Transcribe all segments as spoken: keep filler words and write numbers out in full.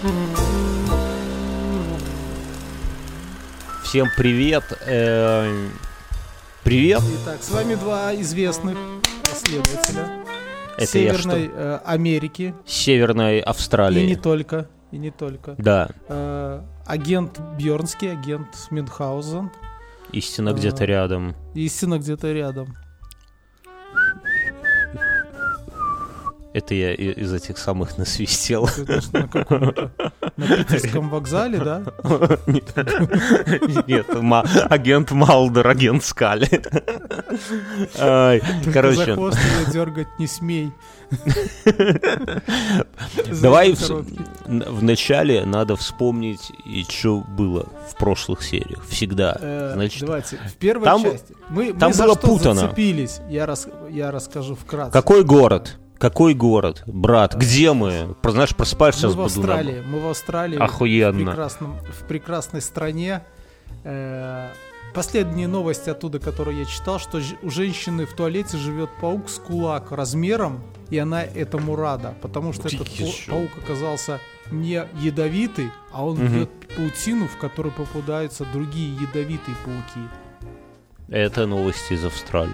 Всем привет. Привет. Итак, с вами два известных исследователя Это Северной э, Америки. Северной Австралии. И не только. И не только. Да. Э, агент Бьернский, агент Мюнхгаузен. Истина где-то э, рядом. Истина где-то рядом. Это я из этих самых насвистел. На каком-то на питерском вокзале, да? Нет, агент Малдер, агент Скали. Короче. За хвост ее дергать не смей. Давай вначале надо вспомнить, что было в прошлых сериях. Всегда. Давайте, в первой части. Мы за что зацепились, я расскажу вкратце. Какой город? Какой город, брат? Где мы? Знаешь, просыпаешься сейчас. Мы в Австралии. Мы в Австралии. Охуенно. В, прекрасном, в прекрасной стране. Э, последние новости оттуда, которые я читал, что ж, у женщины в туалете живет паук с кулак размером, и она этому рада, потому что этот Еще. паук оказался не ядовитый, а он угу. бьет паутину, в которой попадаются другие ядовитые пауки. Это новости из Австралии.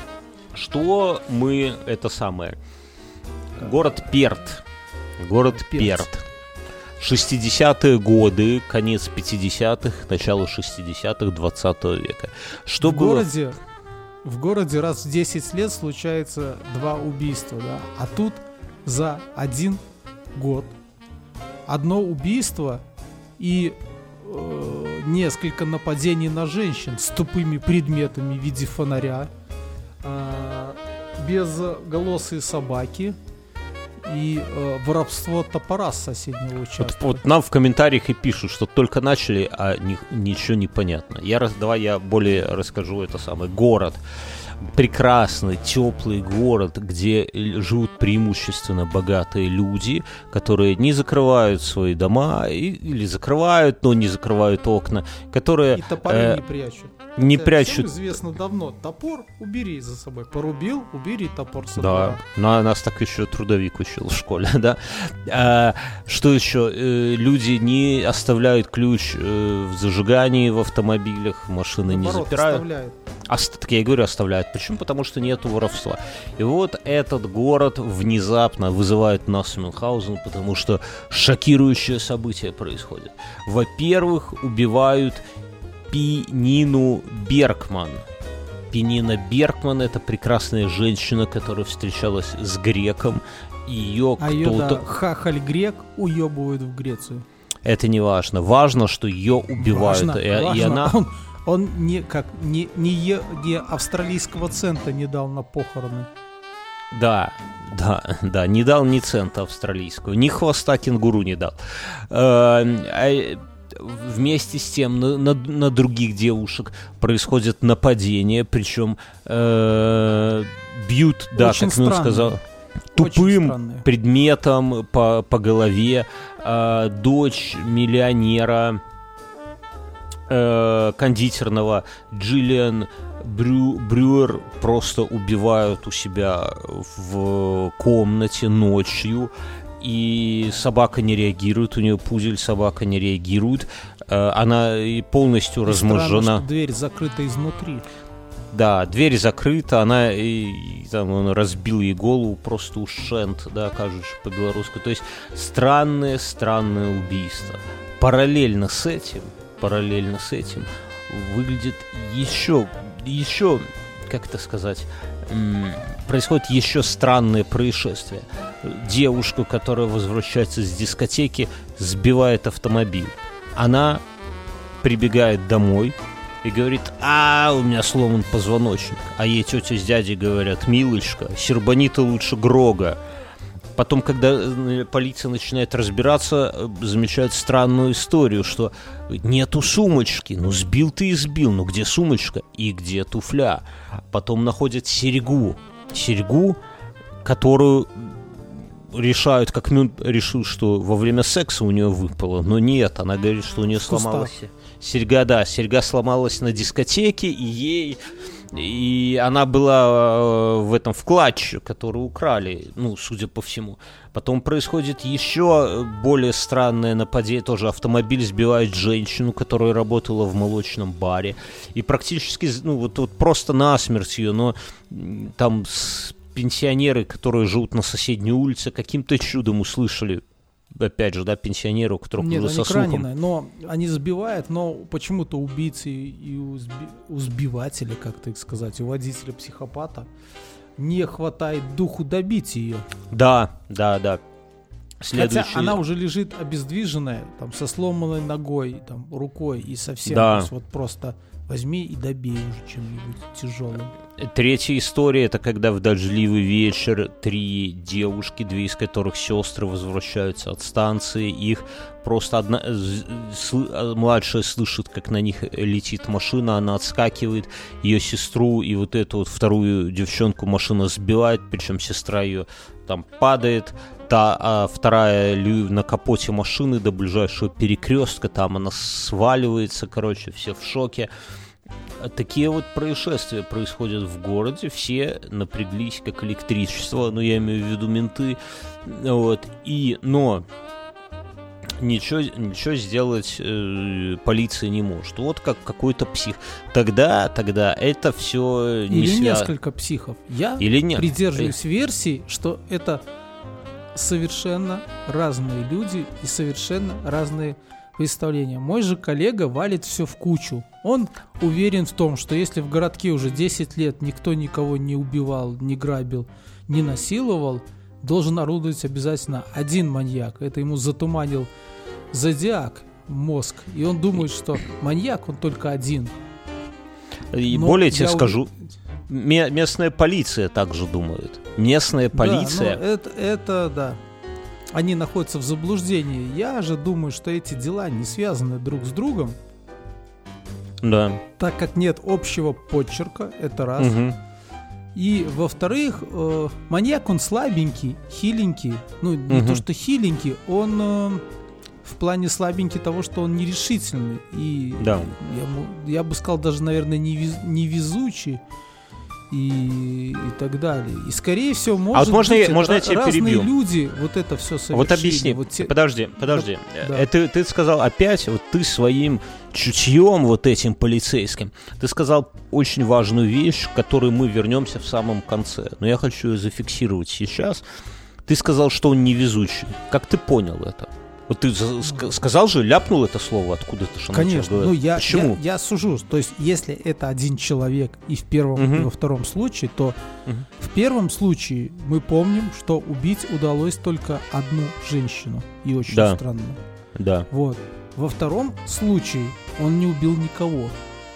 Что мы, это самое... Город Перт. Город Перт. Перт. шестидесятые годы, конец пятидесятых, начало шестидесятых двадцатого века. Что в было? Городе, в городе раз в десять лет случается два убийства, да? А тут за один год одно убийство и э, несколько нападений на женщин с тупыми предметами в виде фонаря, э, безголосые собаки и э, воровство топора с соседнего участка. Вот, вот нам в комментариях и пишут, что только начали, а ни, ничего не понятно. Я, давай я более расскажу это самое. Город. Прекрасный, теплый город, где живут преимущественно богатые люди, которые не закрывают свои дома и, или закрывают, но не закрывают окна, которые... И топоры э, не прячут. Не это прячут. Всем известно давно. Топор убери за собой. Порубил, убери топор со двора. Да, но нас так еще трудовик учил в школе, да. А, что еще? Э, люди не оставляют ключ э, в зажигании в автомобилях, машины Наоборот, не запирают. Оставляют. Ост- так я и говорю, оставляют. Почему? Потому что нету воровства. И вот этот город внезапно вызывает нас в Мюнхгаузен, потому что шокирующее событие происходит. Во-первых, убивают Пенину Беркман. Пенина Беркман — это прекрасная женщина, которая встречалась с греком. И ее а кто-то... ее, да, хахаль грек уебывают в Грецию. Это не важно. Важно, что ее убивают. Важно, и, важно. и она... Он, он не, как, не, не, е, не австралийского цента не дал на похороны. Да, да, да, не дал ни цента австралийского, ни хвоста кенгуру не дал. Э, вместе с тем на, на, на других девушек происходит нападение, причем э, бьют, да, очень как Мюн сказал, тупым предметом по, по голове. Э, дочь миллионера э, кондитерного Джиллиан Брю, Брюер просто убивают у себя в комнате ночью. И собака не реагирует, у нее пудель, собака не реагирует. Она полностью и разможжена. Странно, что дверь закрыта изнутри. Да, дверь закрыта, она и, там, он разбил ей голову, просто ушент, да, кажется, по-белорусски. То есть странное, странное убийство. Параллельно с этим, параллельно с этим выглядит еще, еще, как это сказать, происходит еще странное происшествие. Девушку, которая возвращается с дискотеки, сбивает автомобиль. Она прибегает домой и говорит: а, у меня сломан позвоночник. А ей тетя с дядей говорят: милочка, сербани ты лучше Грога. Потом, когда полиция начинает разбираться, замечают странную историю, что нету сумочки. Ну, сбил ты и сбил. Ну, где сумочка? И где туфля? Потом находят серьгу. Серьгу, которую решают, как Мюн решил, что во время секса у нее выпало, но нет, она говорит, что у нее сломалась серьга, да, серьга сломалась на дискотеке, и ей, и она была в этом вкладче, который украли, ну, судя по всему. Потом происходит еще более странное нападение, тоже автомобиль сбивает женщину, которая работала в молочном баре, и практически, ну, вот, вот просто насмерть ее, но там с пенсионеры, которые живут на соседней улице, каким-то чудом услышали, опять же, да, пенсионеры, у которых Нет, уже со они слухом. раненые, но они сбивают, но почему-то убийцы и у, сби... у сбивателя, как так сказать, у водителя-психопата не хватает духу добить ее. Да, да, да. Следующий... Хотя она уже лежит обездвиженная, там, со сломанной ногой, там, рукой и совсем, да. То есть вот просто возьми и добей уже чем-нибудь тяжелым. Третья история — это когда в дождливый вечер три девушки, две из которых сестры, возвращаются от станции. Их просто одна сл- младшая слышит, как на них летит машина, она отскакивает, ее сестру и вот эту вот вторую девчонку машина сбивает, причем сестра ее там падает. Та, а вторая на капоте машины до ближайшего перекрестка, там она сваливается, короче, все в шоке. Такие вот происшествия происходят в городе, все напряглись как электричество, ну, я имею в виду менты, вот, и, но ничего, ничего сделать э, полиция не может, вот как какой-то псих. Тогда, тогда это все не Или свя... несколько психов. Я Или нет. придерживаюсь версии, что это совершенно разные люди и совершенно разные представления. Мой же коллега валит все в кучу. Он уверен в том, что если в городке уже десять лет никто никого не убивал, не грабил, не насиловал, должен орудовать обязательно один маньяк. Это ему затуманил зодиак, мозг. И он думает, что маньяк, он только один. И Но более тебе я скажу, м- местная полиция также думает. Местная полиция... Да, ну, это, это, да. Они находятся в заблуждении. Я же думаю, что эти дела не связаны друг с другом. Да. Так как нет общего подчерка, это раз. Угу. И, во-вторых, э, маньяк, он слабенький, хиленький. Ну, не Угу. то, что хиленький, он э, в плане слабенький того, что он нерешительный. И Да. я, бы- я бы сказал, даже, наверное, невез- невезучий. И, и так далее. И, скорее всего, может А вот можно, быть, я, можно я ра- тебя разные перебью? люди вот это все совершили. Вот объясни, Вот те- подожди, подожди. Да. Это ты сказал опять, вот ты своим чутьем вот этим полицейским, ты сказал очень важную вещь, к которой мы вернемся в самом конце. Но я хочу ее зафиксировать сейчас. Ты сказал, что он невезучий. Как ты понял это? Вот ты за- ск- сказал же, ляпнул это слово откуда-то, что Конечно, ну я, Почему? я, я сужу, то есть если это один человек и в первом, Мгм. и во втором случае, то Мгм. в первом случае мы помним, что убить удалось только одну женщину, и очень Да. странно. Да, Вот. Во втором случае он не убил никого.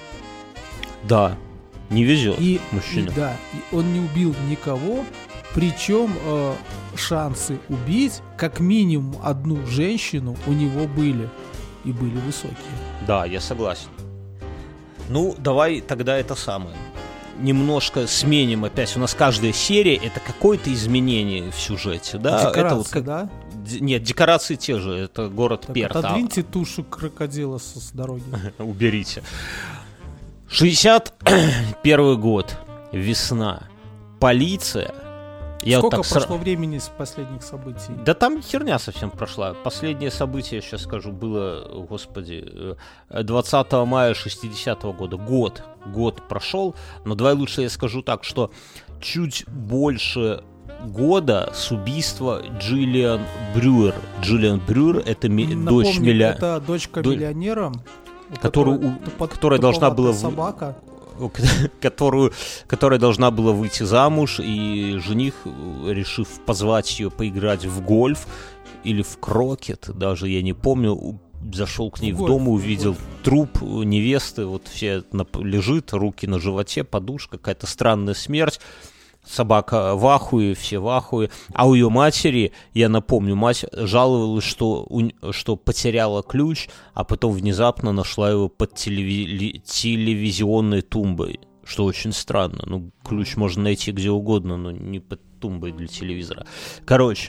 да, не везет И, мужчине. и да, и он не убил никого, причем э, шансы убить как минимум одну женщину у него были, и были высокие. Да, я согласен. Ну, давай тогда это самое. Немножко сменим опять. У нас каждая серия — это какое-то изменение в сюжете, да? Декорации, это вот как... да? Д- Нет, декорации те же. Это город Так, Перт. а- отодвиньте тушу крокодила с, с дороги. Уберите. шестьдесят первый год. Весна. Полиция. Я Сколько вот так прошло сра- времени с последних событий? Да там херня совсем прошла. Последнее событие, сейчас скажу, было, господи, э, двадцатого мая шестидесятого года. Год. Год прошел. Но давай лучше я скажу так, что чуть больше года с убийства Джиллиан Брюер. Джиллиан Брюер — это ми- Напомню, дочь милля... это дочка до- миллионера, у которую которой у- тупо- которая должна была в- собака. которую, которая должна была выйти замуж, и жених, решив позвать ее поиграть в гольф или в крокет, даже я не помню, у- зашел к ней В в, гольф, дом и в увидел труп невесты, вот все нап- лежит, руки на животе, подушка, какая-то странная смерть. Собака в ахуе, все в ахуе. А у ее матери, я напомню, мать жаловалась, что, у, что потеряла ключ, а потом внезапно нашла его под телеви- телевизионной тумбой. Что очень странно. Ну, ключ можно найти где угодно, но не под тумбой для телевизора. Короче,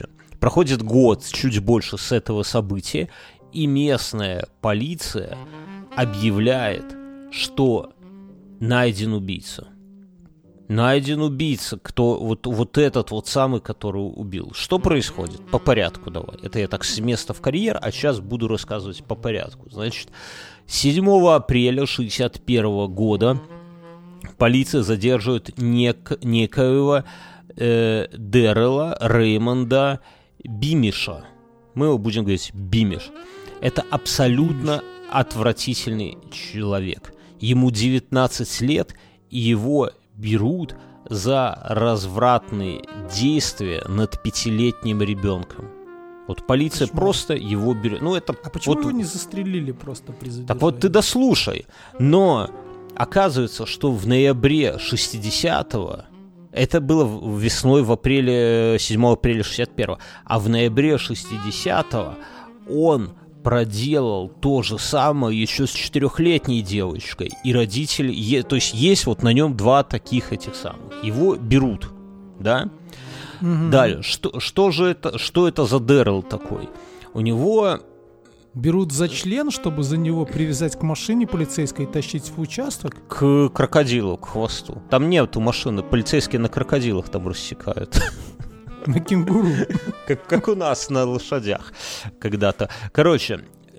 Проходит год, чуть больше с этого события, и местная полиция объявляет, что найден убийца. Найден убийца, кто вот, вот этот вот самый, который убил. Что происходит? По порядку давай. Это я так с места в карьер, а сейчас буду рассказывать по порядку. Значит, седьмого апреля шестьдесят первого года полиция задерживает нек- некоего э, Дэррела Реймонда Бимиша. Мы его будем говорить Бимиш. Это абсолютно отвратительный человек. Ему девятнадцать лет, и его берут за развратные действия над пятилетним ребенком. Вот полиция почему? Просто его берет. Ну, это а почему вот... его не застрелили просто при задержании? Так вот ты дослушай. Но оказывается, что в ноябре шестидесятого, это было весной в апреле, седьмого апреля шестьдесят первого, а в ноябре шестидесятого он проделал то же самое еще с четырехлетней девочкой. И родители... Е, то есть есть вот на нем два таких этих самых. Его берут, да? Mm-hmm. Далее. Что, что же это... Что это за Дэррел такой? У него... Берут за член, чтобы за него привязать к машине полицейской и тащить в участок? К крокодилу, к хвосту. Там нету машины. Полицейские на крокодилах там рассекают. На кенгуру. Как, как у нас на лошадях когда-то. Короче,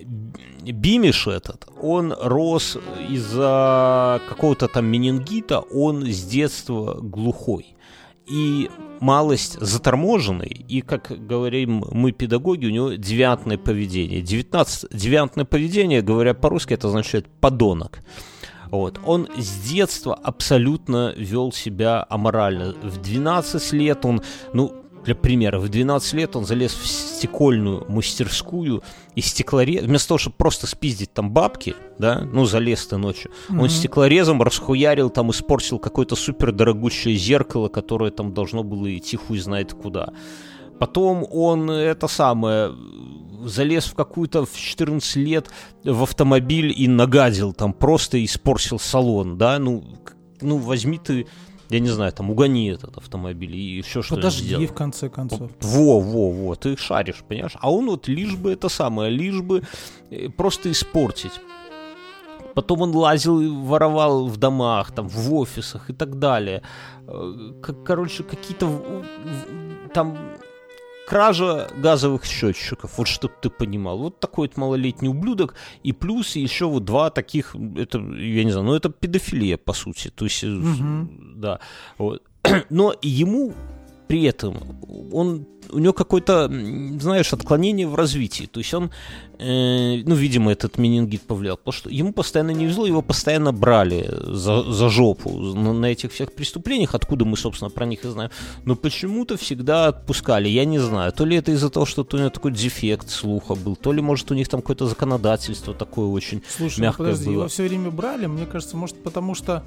Бимиш этот, он рос из-за какого-то там менингита, он с детства глухой. И малость заторможенный, и, как говорим мы, педагоги, у него девиантное поведение. девятнадцать, девиантное поведение, говоря по-русски, это означает подонок. Вот. Он с детства абсолютно вел себя аморально. В двенадцать лет он, ну, для примера, в двенадцать лет он залез в стекольную мастерскую и стеклорез... Вместо того, чтобы просто спиздить там бабки, да, ну, залез ты ночью, mm-hmm. он стеклорезом расхуярил, там, испортил какое-то супердорогущее зеркало, которое там должно было идти хуй знает куда. Потом он, это самое... залез в какую-то в четырнадцать лет в автомобиль и нагадил, там просто испортил салон, да, ну, ну возьми ты, я не знаю, там угони этот автомобиль и все, что подожди, сделай. в конце концов. Во, во, во, ты шаришь, понимаешь? А он вот лишь бы это самое, лишь бы просто испортить. Потом он лазил и воровал в домах, там, в офисах и так далее. Короче, какие-то там... Кража газовых счетчиков, вот чтоб ты понимал. Вот такой вот малолетний ублюдок. И плюс еще вот два таких, это, я не знаю, ну это педофилия, по сути. То есть, mm-hmm. да. Вот. Но ему при этом, он, у него какое-то, знаешь, отклонение в развитии. То есть он, э, ну, видимо, этот менингит повлиял. Потому что ему постоянно не везло, его постоянно брали за, за жопу на, на этих всех преступлениях, откуда мы, собственно, про них и знаем. Но почему-то всегда отпускали, я не знаю. То ли это из-за того, что у него такой дефект слуха был, то ли, может, у них там какое-то законодательство такое очень Слушай, мягкое ну, подожди, было. Его все время брали, мне кажется, может, потому что...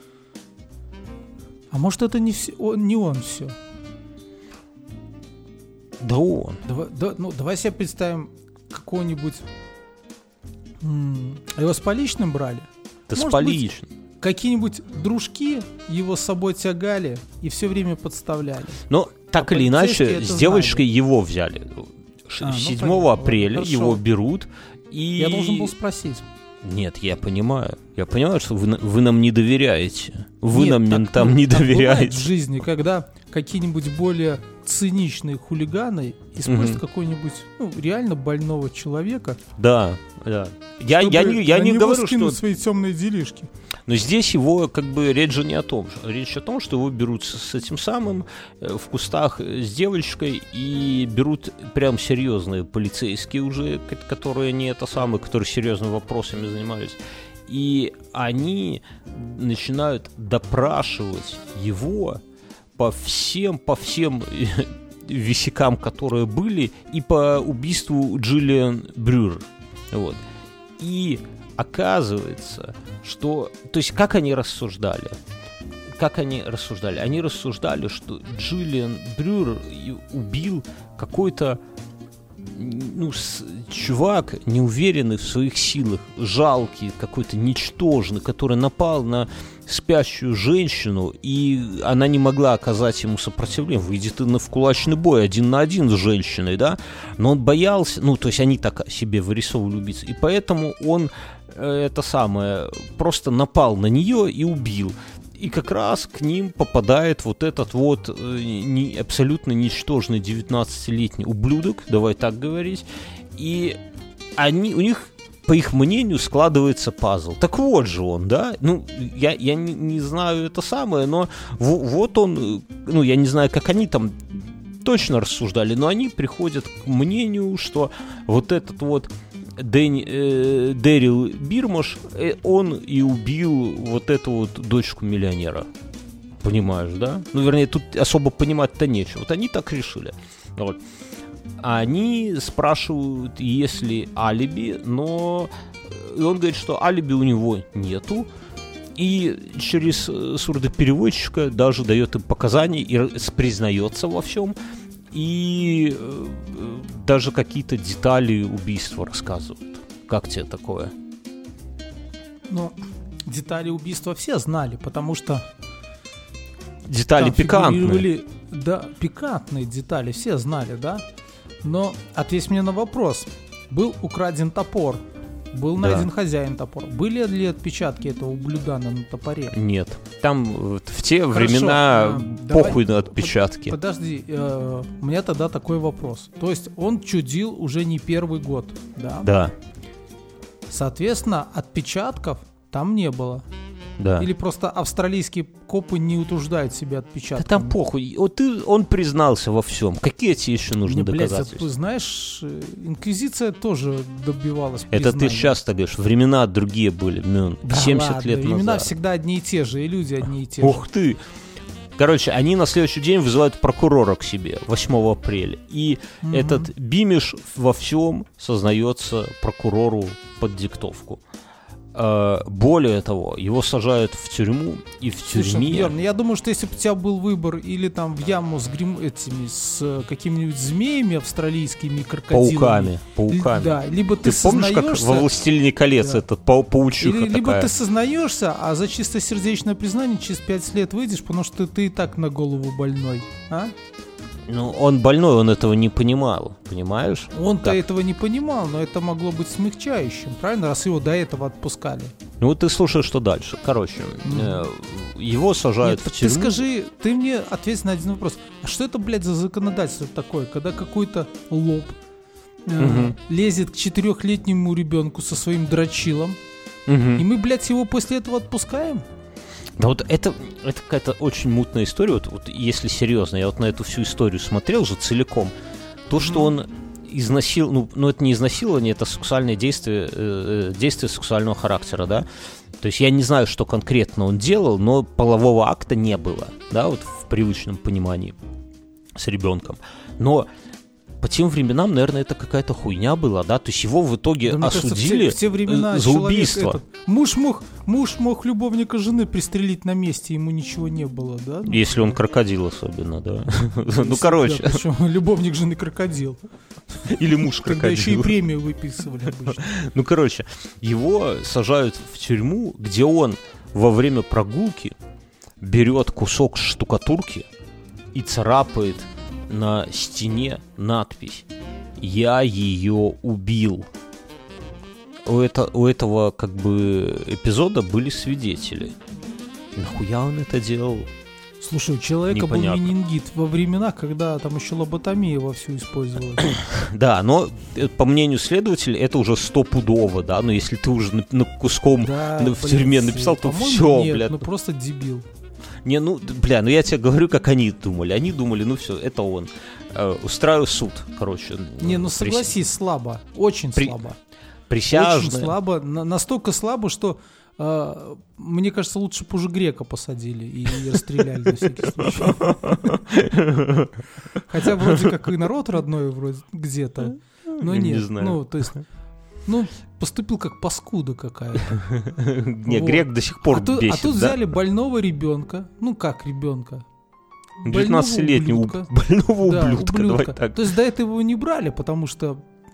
А может, это не, все... не он все? Да он. Давай, да, ну, давай себе представим какого-нибудь... М- его с поличным брали? Да может с поличным. Быть, какие-нибудь дружки его с собой тягали и все время подставляли. Но так а или иначе, с девочкой знали. Его взяли. А, седьмого ну, апреля хорошо. Его берут. И... Я должен был спросить. Нет, я понимаю. Я понимаю, что вы, вы нам не доверяете. Вы Нет, нам так, ментам ну, не так доверяете. В жизни, когда какие-нибудь более циничные хулиганы используют угу. какого-нибудь ну, реально больного человека. Да, да. Я, я не, я на не него говорю, скинуть что... свои темные делишки. Но здесь его, как бы, речь же не о том же. Речь о том, что его берут с, с этим самым э, в кустах с девочкой и берут прям серьезные полицейские уже, которые не это самые, которые серьезными вопросами занимались. И они начинают допрашивать его по всем, по всем висякам, которые были, и по убийству Джиллиан Брюер. Вот. И оказывается, что... То есть, как они рассуждали? Как они рассуждали? Они рассуждали, что Джиллиан Брюер убил какой-то ну, чувак, неуверенный в своих силах, жалкий, какой-то ничтожный, который напал на спящую женщину, и она не могла оказать ему сопротивление. Выйдет и на в кулачный бой один на один с женщиной, да? Но он боялся, ну, то есть они так себе вырисовывали убийцу, и поэтому он э, это самое, просто напал на нее и убил. И как раз к ним попадает вот этот вот э, не, абсолютно ничтожный девятнадцатилетний ублюдок, давай так говорить, и они, у них, по их мнению, складывается пазл. Так вот же он, да? Ну, я, я не, не знаю это самое, но в, вот он, ну, я не знаю, как они там точно рассуждали, но они приходят к мнению, что вот этот вот Дэнни, э, Дэрил Бирмаш, э, он и убил вот эту вот дочку миллионера. Понимаешь, да? Ну, вернее, тут особо понимать-то нечего. Вот они так решили. Вот. Они спрашивают, есть ли алиби, но и он говорит, что алиби у него нету, и через сурдопереводчика даже дает им показания и признается во всем, и даже какие-то детали убийства рассказывают. Как тебе такое? Ну, детали убийства все знали, потому что детали пикантные. Да, пикантные детали все знали, да? Но ответь мне на вопрос. Был украден топор, был да. найден хозяин топора. Были ли отпечатки этого ублюдана на топоре? Нет. Там в те Хорошо, времена э, похуй давай, на отпечатки. Под, подожди, э, у меня тогда такой вопрос. То есть он чудил уже не первый год, да? Да. Соответственно, отпечатков там не было. Да. Или просто австралийские копы не утруждают себя отпечатками? Да там похуй. Вот ты, он признался во всем. Какие тебе еще нужны не, блядь, доказательства? Ты знаешь, инквизиция тоже добивалась Это признания. ты часто говоришь. Времена другие были. Мюн, да семьдесят ладно, лет времена назад. всегда одни и те же, и люди одни и те же. Ух ты! Короче, они на следующий день вызывают прокурора к себе, восьмого апреля. И угу. этот Бимиш во всем сознается прокурору под диктовку. Более того, его сажают в тюрьму, и в Слушай, тюрьме... Бьерн, я думаю, что если бы у тебя был выбор или там в яму с грим... этими, с какими-нибудь змеями австралийскими, крокодилами... Пауками, пауками. Ли, да, либо ты, ты помнишь, как во «Властелине колец» да. этот пау паучиха или, такая? Либо ты сознаешься, а за чистосердечное признание через пять лет выйдешь, потому что ты и так на голову больной, а? Ну, он больной, он этого не понимал, понимаешь? Он-то как? этого не понимал, но это могло быть смягчающим, правильно? Раз его до этого отпускали. Ну, вот ты слушаешь, что дальше. Короче, mm. э, его сажают Нет, в тюрьму. Ты скажи, ты мне ответь на один вопрос. А что это, блядь, за законодательство такое, когда какой-то лоб э, mm-hmm. лезет к четырехлетнему ребенку со своим дрочилом, mm-hmm. и мы, блядь, его после этого отпускаем? Да вот это, это какая-то очень мутная история. Вот, вот если серьезно, я вот на эту всю историю смотрел же целиком. То, что mm-hmm. он изнасил... Ну, ну, это не изнасилование, это сексуальное действие, э, действие сексуального характера, да? То есть я не знаю, что конкретно он делал, но полового акта не было, да, вот в привычном понимании с ребенком. Но по тем временам, наверное, это какая-то хуйня была, да? То есть его в итоге да, осудили кажется, в те, в те времена за убийство. Этот, муж, мог, муж мог любовника жены пристрелить на месте, ему ничего не было, да? Ну, если он крокодил особенно, да. Ну, короче. Причем любовник жены крокодил. Или муж крокодил. Когда еще и премию выписывали обычно. Ну, короче, его сажают в тюрьму, где он во время прогулки берет кусок штукатурки и царапает на стене надпись «Я ее убил». У, это, у этого как бы эпизода были свидетели. Нахуя он это делал? Слушай, у человека Непонятно. был менингит во времена, когда там еще лоботомия вовсю использовалась. Да, но по мнению следователей это уже стопудово, да, но если ты уже на, на куском да, на, в блин, тюрьме написал, то все, нет, блядь. ну просто дебил. Не, ну, бля, ну я тебе говорю, как они думали. Они думали, ну все, это он. Э, устраиваю суд, короче. Не, ну согласись, прис... слабо. Очень При... слабо. Присяжные. Очень слабо. На- настолько слабо, что э, мне кажется, лучше бы уже грека посадили и, и расстреляли на всякий случай. Хотя вроде как и народ родной вроде где-то. Но нет. Не знаю. Ну, то есть... Ну, поступил как паскуда какая-то. Не, вот. Грек до сих пор а бесит, тут, а тут да? взяли больного ребенка. Ну, как ребенка? девятнадцатилетнего больного да, ублюдка. ублюдка. Давай так. То есть до этого его не брали, потому что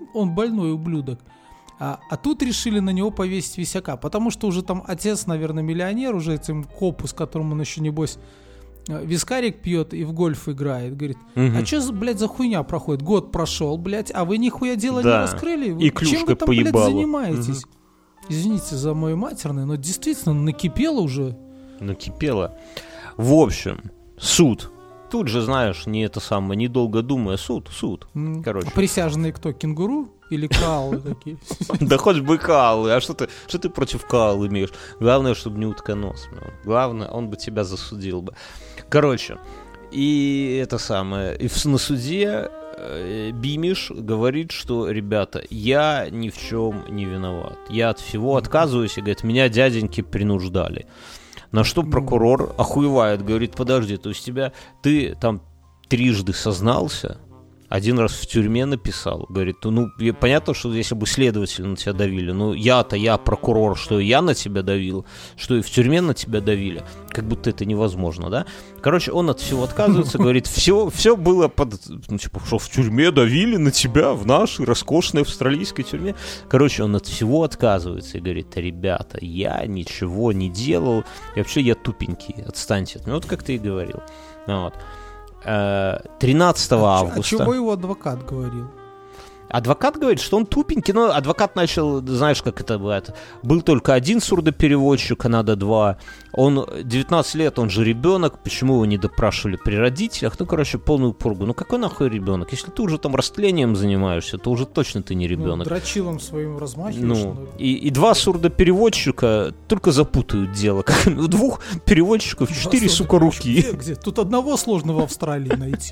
он больной ублюдок. А, а тут решили на него повесить висяка, потому что уже там отец, наверное, миллионер, уже этим копу, с которым он еще, небось, вискарик пьет и в гольф играет. Говорит, угу. а что, блядь, за хуйня проходит? Год прошел, блядь, а вы нихуя дело да. не раскрыли? И Чем вы там, поебало. блядь, занимаетесь? Угу. Извините за мой матерный, но действительно накипело уже. Накипело. В общем, суд. Тут же, знаешь, не это самое, недолго думая, суд, суд. Mm. Короче. А присяжные кто, кенгуру или коалы такие? Да хоть бы коалы, а что ты, что ты против коал имеешь? Главное, чтобы не утконос. Главное, он бы тебя засудил бы. Короче, и это самое, и на суде Бимиш говорит, что, ребята, я ни в чем не виноват. Я от всего отказываюсь, и говорит, меня дяденьки принуждали. На что прокурор охуевает, говорит, подожди, то есть тебя, ты там трижды сознался, один раз в тюрьме написал, говорит, ну, понятно, что если бы следователи на тебя давили, ну, я-то, я прокурор, что я на тебя давил, что и в тюрьме на тебя давили, как будто это невозможно, да? Короче, он от всего отказывается, говорит, все, все было под, ну, типа, что в тюрьме давили на тебя, в нашей роскошной австралийской тюрьме. Короче, он от всего отказывается и говорит, ребята, я ничего не делал, и вообще я тупенький, отстаньте от меня, вот как ты и говорил, вот. тринадцатого августа. А чего его адвокат говорил? Адвокат говорит, что он тупенький, но адвокат начал, знаешь, как это бывает, был только один сурдопереводчик, а надо два, он девятнадцать лет, он же ребенок, почему его не допрашивали при родителях, ну, короче, полную пургу, ну, какой нахуй ребенок, если ты уже там растлением занимаешься, то уже точно ты не ребенок. Ну, дрочилом своим размахиваешь. Ну, но... и, и два сурдопереводчика только запутают дело, как у двух переводчиков четыре, сука, руки. Где, где? Тут одного сложно в Австралии найти.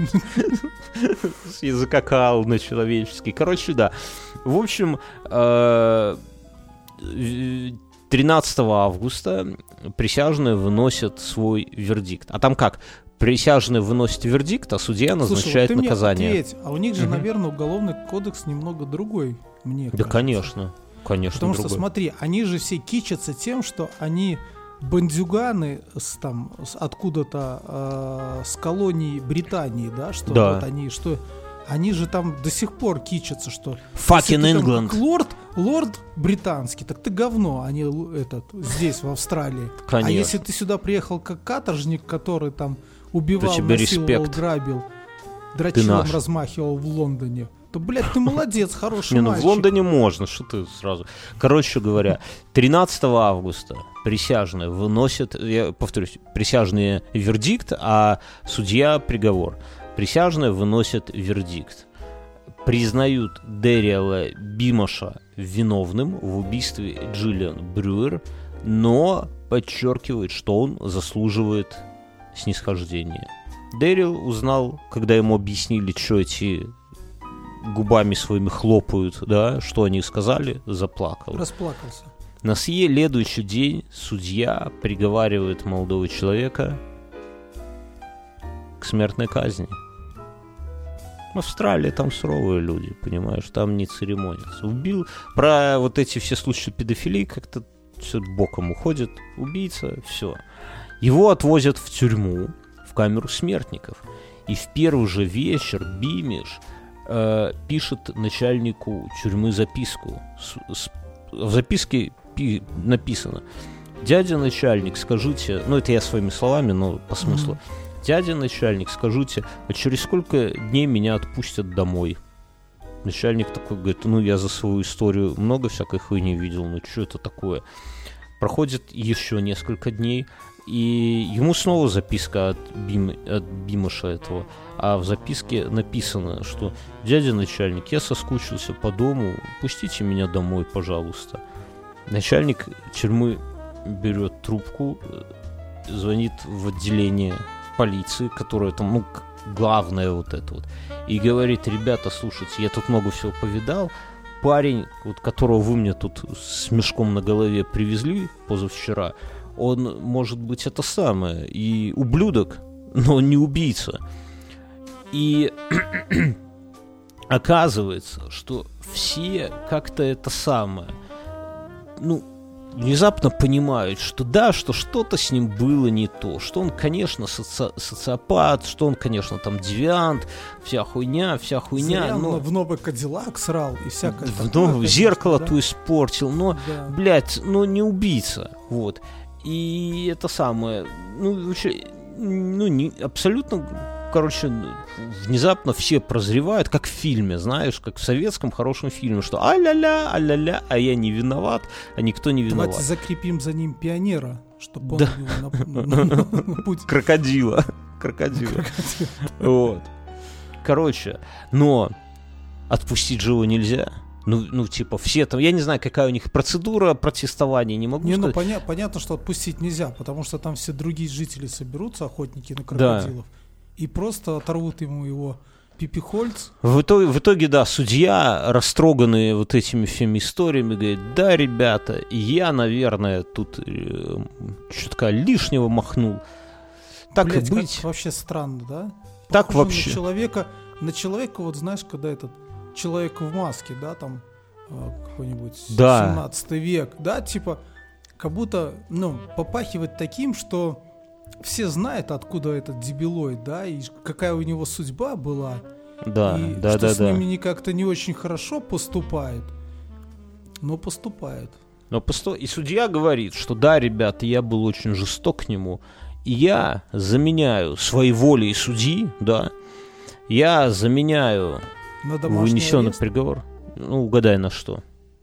С языка коал на человеческий. Короче, да. В общем, тринадцатого августа присяжные выносят свой вердикт. А там как? Присяжные выносят вердикт, а судья назначает Слушай, вот наказание. Ответь, а у них же, угу. наверное, уголовный кодекс немного другой, мне да, кажется. Да, конечно. Конечно, Потому другой. что, смотри, они же все кичатся тем, что они... бандюганы с, там, с, откуда-то э, с колонии Британии, да, что да. вот они, что они же там до сих пор кичатся, что fucking England. Лорд, лорд британский, так ты говно, а не этот здесь в Австралии. Конечно. А если ты сюда приехал как каторжник, который там убивал, насиловал, респект. грабил, дрочилом размахивал в Лондоне, то, блядь, ты молодец, хороший не, ну мальчик. В Лондоне можно, что ты сразу. Короче говоря, тринадцатого августа присяжные выносят, я повторюсь, присяжные вердикт, а судья приговор. Присяжные выносят вердикт. Признают Дэриэла Бимоша виновным в убийстве Джиллиан Брюер, но подчеркивает, что он заслуживает снисхождения. Дэриэл узнал, когда ему объяснили, что эти губами своими хлопают, да, что они сказали, заплакал. Расплакался. На следующий день судья приговаривает молодого человека к смертной казни. В Австралии там суровые люди, понимаешь, там не церемонятся. Убил, про вот эти все случаи педофилии как-то все боком уходит. Убийца, все. Его отвозят в тюрьму, в камеру смертников. И в первый же вечер Бимиш э, пишет начальнику тюрьмы записку. С, с, в записке пи, написано: «Дядя начальник, скажите...» Ну, это я своими словами, но по смыслу. Mm-hmm. «Дядя начальник, скажите, а через сколько дней меня отпустят домой?» Начальник такой говорит: «Ну, я за свою историю много всякой хуйни видел, ну, что это такое?» Проходит еще несколько дней, и ему снова записка от, Бим, от Бимоша этого. А в записке написано, что: «Дядя начальник, я соскучился по дому, пустите меня домой, пожалуйста». Начальник тюрьмы берет трубку, звонит в отделение полиции, которое там, ну, главное вот это вот, и говорит: «Ребята, слушайте, я тут много всего повидал. Парень, вот, которого вы мне тут с мешком на голове привезли позавчера, он, может быть, это самое, и ублюдок, но он не убийца». И оказывается, что все как-то это самое, ну, внезапно понимают, что да, что что-то с ним было не то, что он, конечно, соци... социопат, что он, конечно, там девиант, вся хуйня, вся хуйня. Зря но... он в новый Кадиллак срал и всякое в такое, новое зеркало да? то испортил, но, Да. блядь, ну не убийца, вот. И это самое, ну, вообще, ну, не, абсолютно... Короче, внезапно все прозревают, как в фильме, знаешь, как в советском хорошем фильме, что а-ля-ля, а-ля-ля, а я не виноват, а никто не виноват. Давайте закрепим за ним пионера, чтобы он Да. был на, на- на путь. Крокодила. Крокодила. Вот. Короче, но отпустить же его нельзя. Ну, ну, типа, все там, я не знаю, какая у них процедура протестования, не могу Не, ну сказать. поня- понятно, что отпустить нельзя, потому что там все другие жители соберутся, охотники на крокодилов, и просто оторвут ему его пипихольц. В итоге, в итоге, да, судья, растроганный вот этими всеми историями, говорит, да, ребята, я, наверное, тут э, чутка лишнего махнул. Так Блядь, и быть. как вообще странно, да? Так Похоже вообще. На человека, на человека, вот знаешь, когда этот человек в маске, да, там э, какой-нибудь Да. семнадцатый век, да, типа, как будто, ну, попахивает таким, что все знают, откуда этот дебилоид, да, и какая у него судьба была, Да, и да, что да, с да. ними не как-то не очень хорошо поступает, но поступает. Но посто... И судья говорит, что да, ребята, я был очень жесток к нему, и я заменяю своей волей судьи, да, я заменяю На домашний вынесенный арест, приговор. Ну, угадай на что.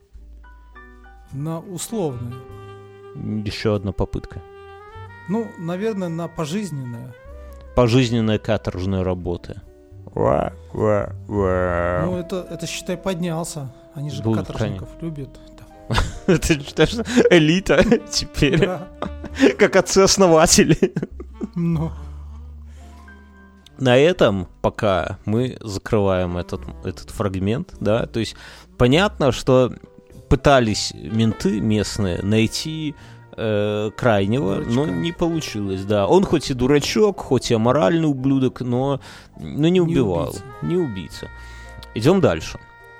на условное. Еще одна попытка. Ну, наверное, на пожизненное. Пожизненная каторжная работа. Ва, ва, ва. Ну, это, это, считай, поднялся. Они же Будут, каторжников любят. Ты считаешь, что элита теперь, Да. как отцы-основатели. Ну, На этом пока мы закрываем этот, этот фрагмент, да, то есть понятно, что пытались менты местные найти э, крайнего, Дурачка. но не получилось, да. Он хоть и дурачок, хоть и аморальный ублюдок, но, но не убивал, убийца. не убийца. Идем дальше.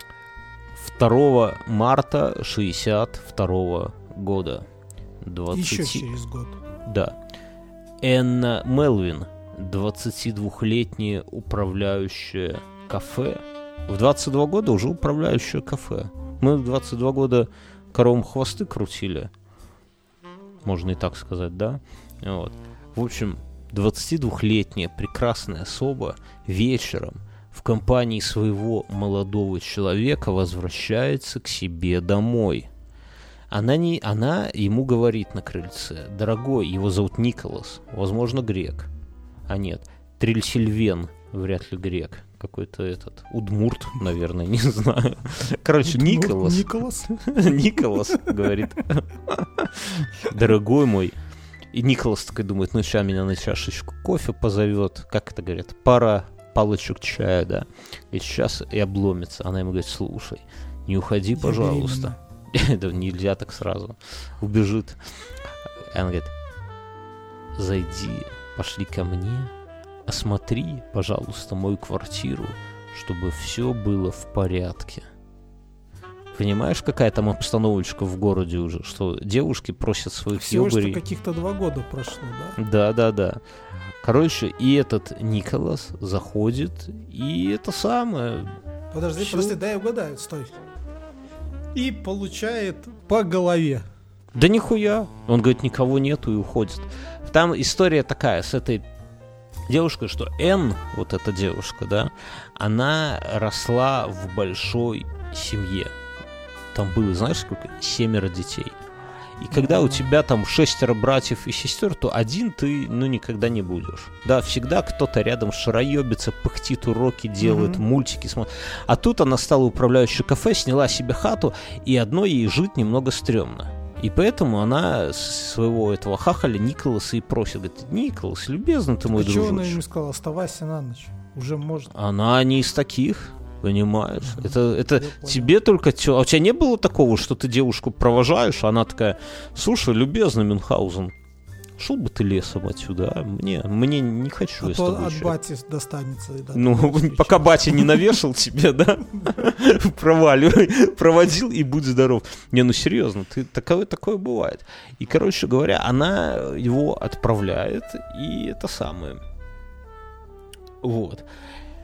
второго марта шестьдесят второго года. двадцать... еще через год. Да. Энна Мелвин, двадцатидвухлетняя управляющая кафе. В двадцать два года уже управляющая кафе. Мы в двадцать два года коровам хвосты крутили. Можно и так сказать, да? Вот. В общем, двадцатидвухлетняя прекрасная особа вечером в компании своего молодого человека возвращается к себе домой. Она, не, она ему говорит на крыльце: дорогой, его зовут Николас, возможно, грек. А нет, Трильсильвен, вряд ли грек. Какой-то этот, удмурт, наверное, не знаю. Короче, Удмурт Николас. Николас. Николас говорит: дорогой мой. И Николас такой думает, ну сейчас меня на чашечку кофе позовет. Как это говорят? Пара палочек чая, да. И сейчас и обломится. Она ему говорит: слушай, не уходи, Я пожалуйста. Да нельзя так сразу. Убежит. И она говорит: зайди, пошли ко мне, осмотри, пожалуйста, мою квартиру, чтобы все было в порядке. Понимаешь, какая там обстановочка в городе уже, что девушки просят своих Всего что ёбарей. каких-то два года прошло, да? Да, да, да. Короче, и этот Николас заходит, и это самое. Подожди, Всё. подожди, дай я угадаю, стой. И получает по голове. Да нихуя. Он говорит, никого нету, и уходит. Там история такая с этой девушкой, что Энн, вот эта девушка, да, она росла в большой семье. Там было, знаешь, сколько? Семеро детей. И когда у тебя там шестеро братьев и сестер, то один ты, ну, никогда не будешь. Да, всегда кто-то рядом шароебится, пыхтит, уроки делает, Мгм. мультики смотрит. А тут она стала управляющей кафе, сняла себе хату, и одной ей жить немного стрёмно. И поэтому она своего этого хахаля Николаса и просит. Говорит: Николас, любезно ты мой А чего она дружочек. ему сказала? Оставайся на ночь. Уже можно. Она не из таких, понимаешь? Ага, Это, это я понял. тебе только... тё- А у тебя не было такого, что ты девушку провожаешь, а она такая: слушай, любезный Мюнхгаузен, шел бы ты лесом отсюда, а? Мне, мне не хочу а я с то тобой от чай. бати достанется. Да, ну, пока батя не навешал тебе, да, проваливай, проводил и будь здоров. Не, ну серьезно, ты, такое, такое бывает. И, короче говоря, она его отправляет, и это самое. Вот.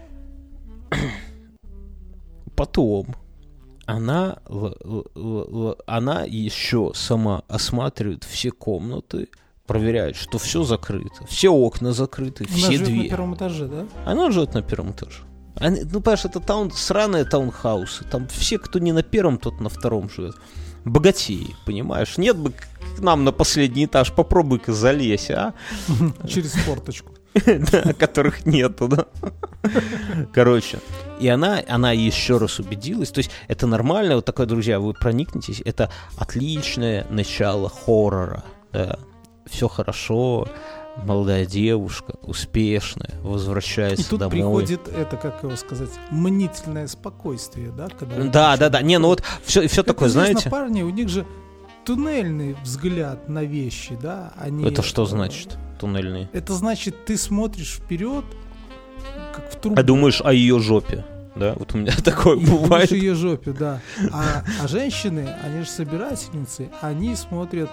Потом она, л, л, л, она еще сама осматривает все комнаты, проверяет, что все закрыто, все окна закрыты, она все живет двери. на первом этаже, да? Она живет на первом этаже. Они, ну, понимаешь, это таун, сраные таунхаусы. Там все, кто не на первом, тот на втором живет. Богатеи, понимаешь? Нет бы к нам на последний этаж, попробуй-ка залезь, а? Через форточку. Да, которых нету, да. Короче, и она, она еще раз убедилась, то есть это нормально, вот такое, друзья, вы проникнетесь, это отличное начало хоррора, да. Все хорошо, молодая девушка, успешная, возвращается и тут домой. приходит это, как его сказать, мнительное спокойствие, да? Когда да, да, да, не, ну вот все, все такое, знаете. Парни, у них же туннельный взгляд на вещи, да? Они, это что значит, туннельный? Это значит, ты смотришь вперед, как в трубу. А думаешь о ее жопе, да? Вот у меня такое и бывает. Думаешь о ее жопе, да. А, а женщины, они же собирательницы, они смотрят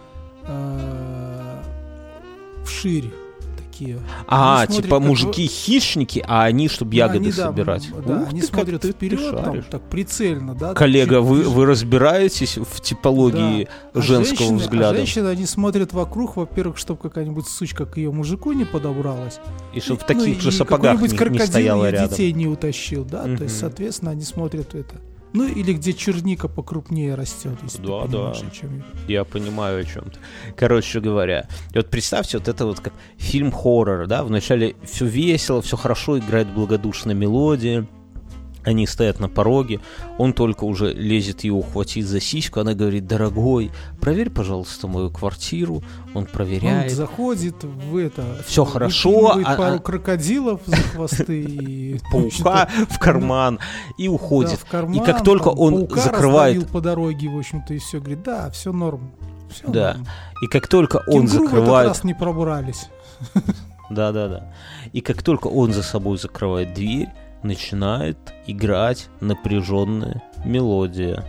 э, вширь. Такие. А, они типа смотрят, мужики-хищники, а они, чтобы да, ягоды они, собирать. Да, да, Ух они ты, смотрят ты, вперед, ты там, так прицельно, да. Коллега, чуть, вы, чуть... вы разбираетесь в типологии да. женского а женщины, взгляда? А женщины, они смотрят вокруг, во-первых, чтобы какая-нибудь сучка к ее мужику не подобралась. И чтобы в ну, таких же сапогах не, не стояла рядом. детей не утащил, да, mm-hmm. то есть, соответственно, они смотрят это. Ну, или где черника покрупнее растет, если да, ты понимаешь, да. о чем я. Я понимаю, о чем-то. Короче говоря, и вот представьте, вот это вот как фильм хоррора, да, вначале все весело, все хорошо, играет благодушная мелодия, они стоят на пороге, он только уже лезет ее ухватить за сиську, она говорит: дорогой, проверь, пожалуйста, мою квартиру. Он проверяет. Он заходит в это... Все хорошо. А, пару а... крокодилов за хвосты и... Паука в карман и уходит. Да, в карман, и как только там, он закрывает... по дороге, в общем-то, и все, говорит, да, все норм. Все да, норм. и как только он Кенгуру закрывает... в этот раз не пробрались. Да-да-да. И как только он за собой закрывает дверь, начинает играть напряженная мелодия.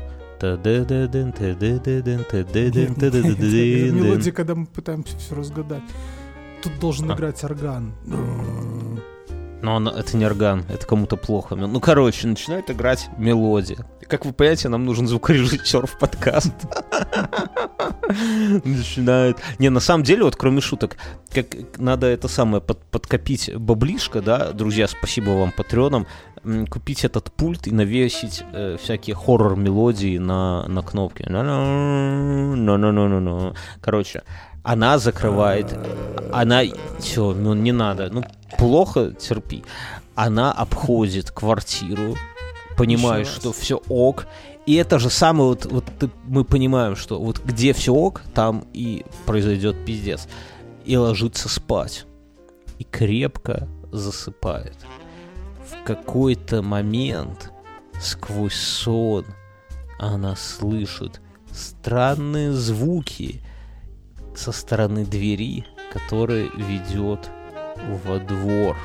Мелодия, когда мы пытаемся все разгадать. Тут должен играть орган. Но она, это не орган, это кому-то плохо. Ну, короче, начинает играть мелодия. Как вы понимаете, нам нужен звукорежиссер в подкаст. Начинает. Не, на самом деле, вот кроме шуток, как надо это самое под, подкопить баблишко, да, друзья, спасибо вам, патреонам, купить этот пульт и навесить э, всякие хоррор-мелодии на, на кнопки. Короче, она закрывает, она, все, ну не надо, ну плохо, терпи. Она обходит квартиру, понимаешь, что все ок. И это же самое, вот, вот мы понимаем, что вот где все ок, там и произойдет пиздец. И ложится спать. И крепко засыпает. В какой-то момент сквозь сон она слышит странные звуки со стороны двери, которая ведет во двор.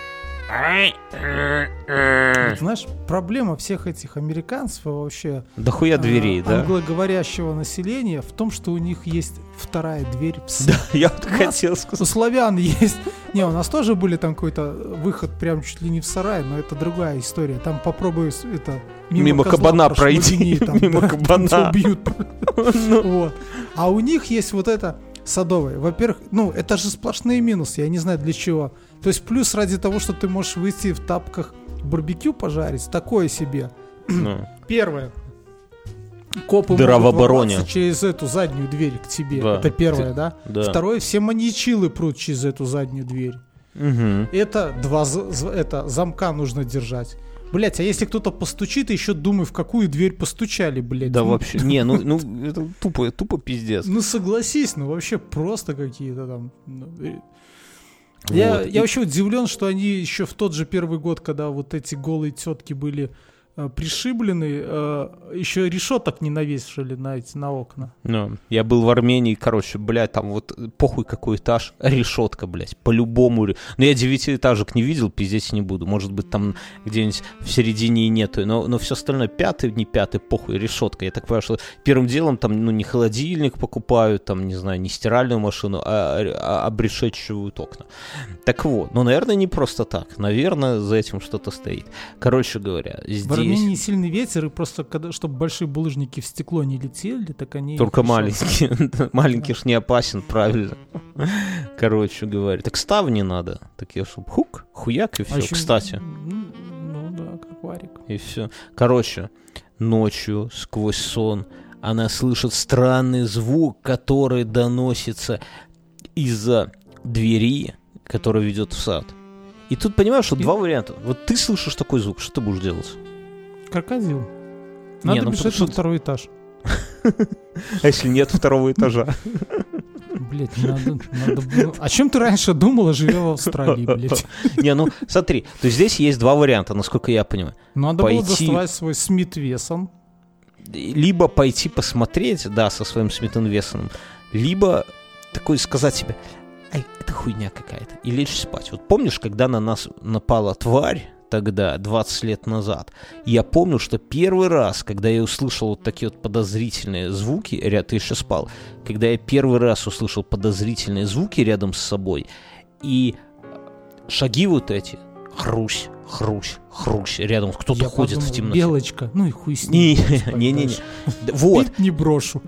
Знаешь, проблема всех этих американцев вообще дохуя дверей, а, да? англоговорящего населения в том, что у них есть вторая дверь в сад. Да, я вот хотел сказать. У славян есть. Не, у нас тоже были там какой-то выход прям чуть ли не в сарай, но это другая история. Там попробуй это мимо, мимо кабана пройти, там, мимо да, кабана. Там убьют. Вот. А у них есть вот это садовое. Во-первых, ну, это же сплошные минусы, я не знаю для чего. То есть плюс ради того, что ты можешь выйти в тапках барбекю пожарить, такое себе. Ну. Первое. Копы Дыра могут в обороне через эту заднюю дверь к тебе. Да. Это первое, ты... да? да? Второе, все маньячилы прут через эту заднюю дверь. Угу. Это два это, замка нужно держать. Блять, а если кто-то постучит, еще думай, в какую дверь постучали, блять. Да ну, вообще, не, ну, ну это тупо, тупо пиздец. Ну согласись, ну вообще просто какие-то там... Ну, я, вот. я и... вообще удивлен, что они еще в тот же первый год, когда вот эти голые тетки были э, пришиблены, э, еще решеток не навесили на эти, на окна. Ну, я был в Армении, короче, блядь, там вот похуй какой этаж, решетка, блядь, по-любому. Ну, я девятиэтажек не видел, пиздеть не буду. Может быть, там где-нибудь в середине и нету, но, но все остальное, пятый, не пятый, похуй, решетка. Я так понимаю, что первым делом там, ну, не холодильник покупают, там, не знаю, не стиральную машину, а, а обрешетчивают окна. Так вот, ну, наверное, не просто так. Наверное, за этим что-то стоит. Короче говоря, здесь... В Армении сильный ветер, и просто, когда, чтобы большие булыжники в стекло не летели, так они... Только маленькие. Маленький ж не опасен, правильно. Короче говоря. Так ставни надо. Такие, чтобы хук, хуяк, и все. А еще... Кстати. Ну да, как варик. И все. Короче, ночью, сквозь сон, она слышит странный звук, который доносится из-за двери, которая ведет в сад. И тут понимаешь, что и... два варианта. Вот ты слышишь такой звук, что ты будешь делать? Крокодил. Надо не, ну, бежать на второй этаж. А если нет второго этажа? Блять, надо, надо... О чем ты раньше думала, живя в Австралии, блядь? Не, ну смотри, то есть здесь есть два варианта, насколько я понимаю. Надо пойти... было доставать свой Смит Вессон. Либо пойти посмотреть, да, со своим Смит Вессоном, либо такой сказать себе: ай, это хуйня какая-то, и лечь спать. Вот помнишь, когда на нас напала тварь, тогда, двадцать лет назад, я помню, что первый раз, когда я услышал вот такие вот подозрительные звуки, ряд, ты еще спал, когда я первый раз услышал подозрительные звуки рядом с собой, и шаги вот эти, хрусь, хрусь, хрусь, рядом кто-то я ходит подумал, в темноте. Белочка, ну и хуй с ней. Не-не-не. Вот. Не брошу.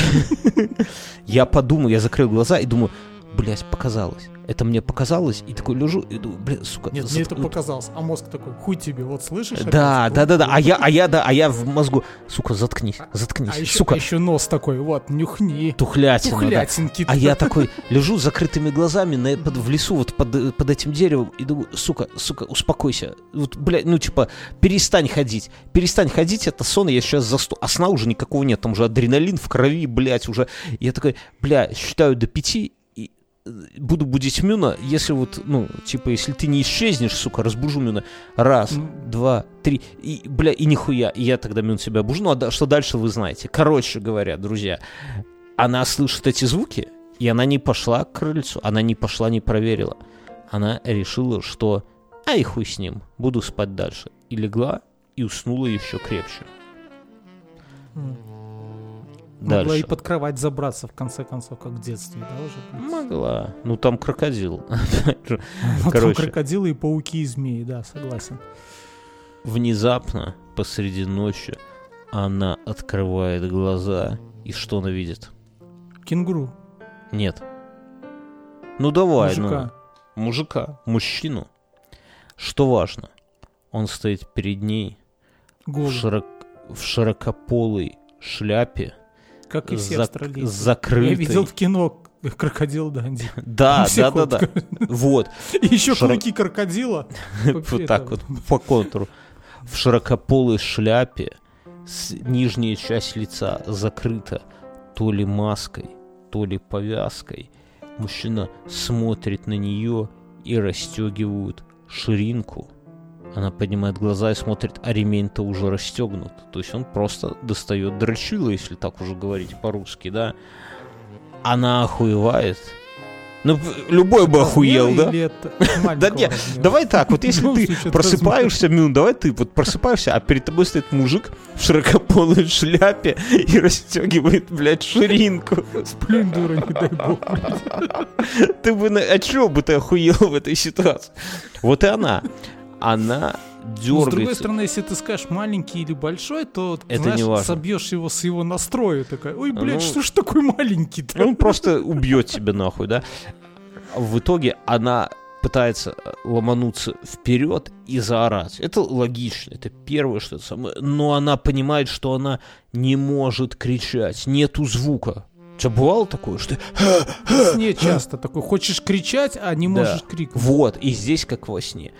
Я подумал, я закрыл глаза и думаю, блять, показалось. Это мне показалось, и такой лежу, и думаю, блин, сука. Нет, мне это показалось, а мозг такой, хуй тебе, вот слышишь? Да, да, да, да, а я, а я, да, а я в мозгу, сука, заткнись, заткнись, а еще, сука. А еще нос такой, вот, нюхни. Тухлятина, Тухлятинки. Да. А я такой лежу с закрытыми глазами на, под, в лесу, вот под, под этим деревом, и думаю, сука, сука, успокойся, вот, блядь, ну, типа, перестань ходить, перестань ходить, это сон, я сейчас засну, а сна уже никакого нет, там уже адреналин в крови, блядь, уже, я такой, бля, считаю до пяти, буду будить Мюна, если вот, ну, типа, если ты не исчезнешь, сука, разбужу Мюна. Раз, mm. два, три, и, бля, и нихуя. И я тогда Мюн себя бужу. Ну, а да, что дальше, вы знаете. Короче говоря, друзья, она слышит эти звуки, и она не пошла к крыльцу, она не пошла, не проверила. Она решила, что, ай, хуй с ним, буду спать дальше. И легла, и уснула еще крепче. Mm. Дальше. Могла и под кровать забраться, в конце концов, как в детстве, да, уже? Могла. Ну, там крокодил. Ну, там крокодилы и пауки, и змеи, да, согласен. Внезапно, посреди ночи, она открывает глаза, и что она видит? Кенгуру. Нет. Ну, давай, Мужика. ну. Мужика. Мужчину. Что важно? Он стоит перед ней в, широк... в широкополой шляпе, как и все Зак- австралийцы. Закрытый. Я видел в кино «Крокодил Данди». Да, да, да, да. Вот. И еще клыки крокодила. Вот так вот, по контуру. В широкополой шляпе нижняя часть лица закрыта то ли маской, то ли повязкой. Мужчина смотрит на нее и расстегивает ширинку. Она поднимает глаза и смотрит, а ремень-то уже расстегнут. То есть он просто достает дрочило, если так уже говорить по-русски, да. Она охуевает. Ну, любой бы охуел, да? Да нет, давай так, вот если ты просыпаешься, Мюн, давай ты вот просыпаешься, а перед тобой стоит мужик в широкополой шляпе и расстегивает, блядь, ширинку. Сплюнь, дура, не дай бог, блядь. Ты бы, а чего бы ты охуел в этой ситуации? Вот и она. Она дергается. Но, с другой стороны, если ты скажешь маленький или большой, то, это знаешь, не важно. Собьешь его с его настроя. Такая, ой, блядь, ну, что ж такой маленький-то? Он просто убьет тебя нахуй, да? В итоге она пытается ломануться вперед и заорать. Это логично, это первое, что это самое. Но она понимает, что она не может кричать, нету звука. У тебя бывало такое, что ты... Во сне часто такой, хочешь кричать, а не можешь да. крикнуть. Вот, и здесь как во сне.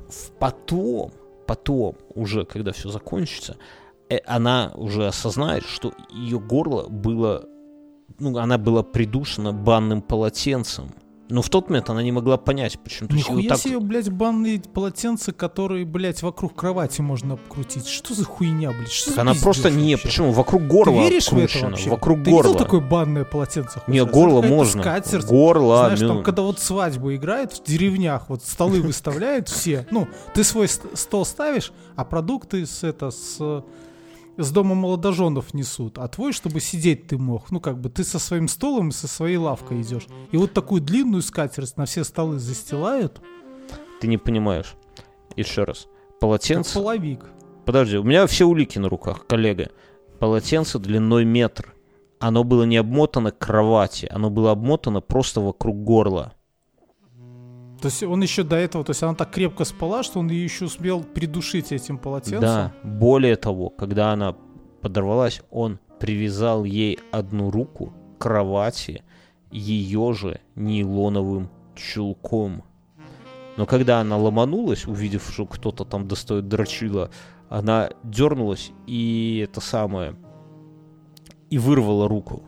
Потом, потом, уже когда все закончится, она уже осознает, что ее горло было, ну, она была придушена банным полотенцем, Но в тот момент она не могла понять, почему. Нихуя так... себе, блядь, банные полотенца, которые, блядь, вокруг кровати можно обкрутить. Что за хуйня, блядь? Что за она просто не... Вообще? Почему? Вокруг горла Ты веришь обкручено. в это вообще? Вокруг Ты горла. видел такое банное полотенце? Не, горло можно. Скатерть. Горло. Знаешь, мин... там, когда вот свадьбу играют в деревнях, вот столы выставляют все. Ну, ты свой стол ставишь, а продукты с это, с... с дома молодоженов несут, а твой, чтобы сидеть ты мог. Ну, как бы ты со своим столом и со своей лавкой идешь. И вот такую длинную скатерть на все столы застилают. Ты не понимаешь. Еще раз. Полотенце... Как половик. Подожди, у меня все улики на руках, коллега. Полотенце длиной метр. Оно было не обмотано к кровати, оно было обмотано просто вокруг горла. То есть он еще до этого, то есть она так крепко спала, что он ее еще успел придушить этим полотенцем? Да, более того, когда она подорвалась, он привязал ей одну руку к кровати ее же нейлоновым чулком. Но когда она ломанулась, увидев, что кто-то там достает дрочила, она дернулась и это самое, и вырвала руку.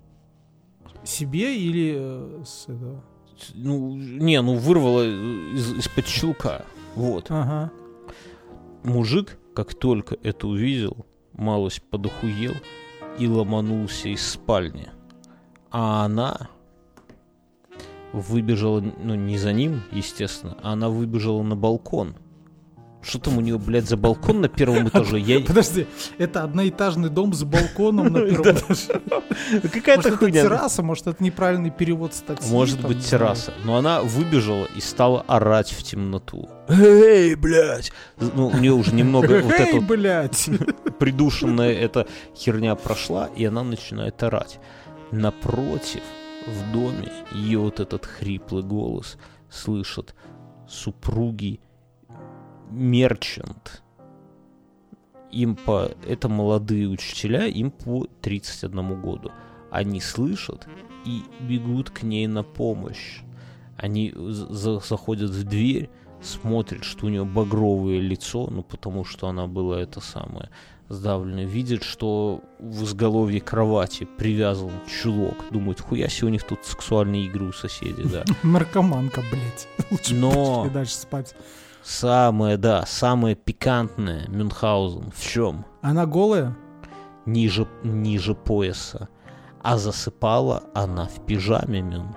Себе или э, с этого? Ну, не, ну вырвало из, из-под чулка. Вот. Ага. Мужик, как только это увидел, малость подохуел и ломанулся из спальни. А она выбежала, ну не за ним, естественно, а она выбежала на балкон. Что там у нее, блядь, за балкон на первом этаже? Я... Подожди, это одноэтажный дом с балконом на первом этаже. Какая-то хуйня. Может, это терраса, может, это неправильный перевод статьи. Может быть, терраса. Но она выбежала и стала орать в темноту. Эй, блядь! Ну, у нее уже немного вот эта блядь! придушенная эта херня прошла, и она начинает орать. Напротив, в доме, ее вот этот хриплый голос слышат супруги Мерчант. Им по... Это молодые учителя, им по тридцать одному году. Они слышат и бегут к ней на помощь. Они за- заходят в дверь, смотрят, что у нее багровое лицо, ну потому что она была это самое сдавленная. Видят, что в изголовье кровати привязан чулок. Думают, хуя себе у них тут сексуальные игры у соседей, да. Наркоманка, блядь. Лучше Но... дальше спать. Самое, да, самое пикантное Мюнхгаузен в чем? Она голая? Ниже, ниже пояса. А засыпала она в пижаме, Мюн.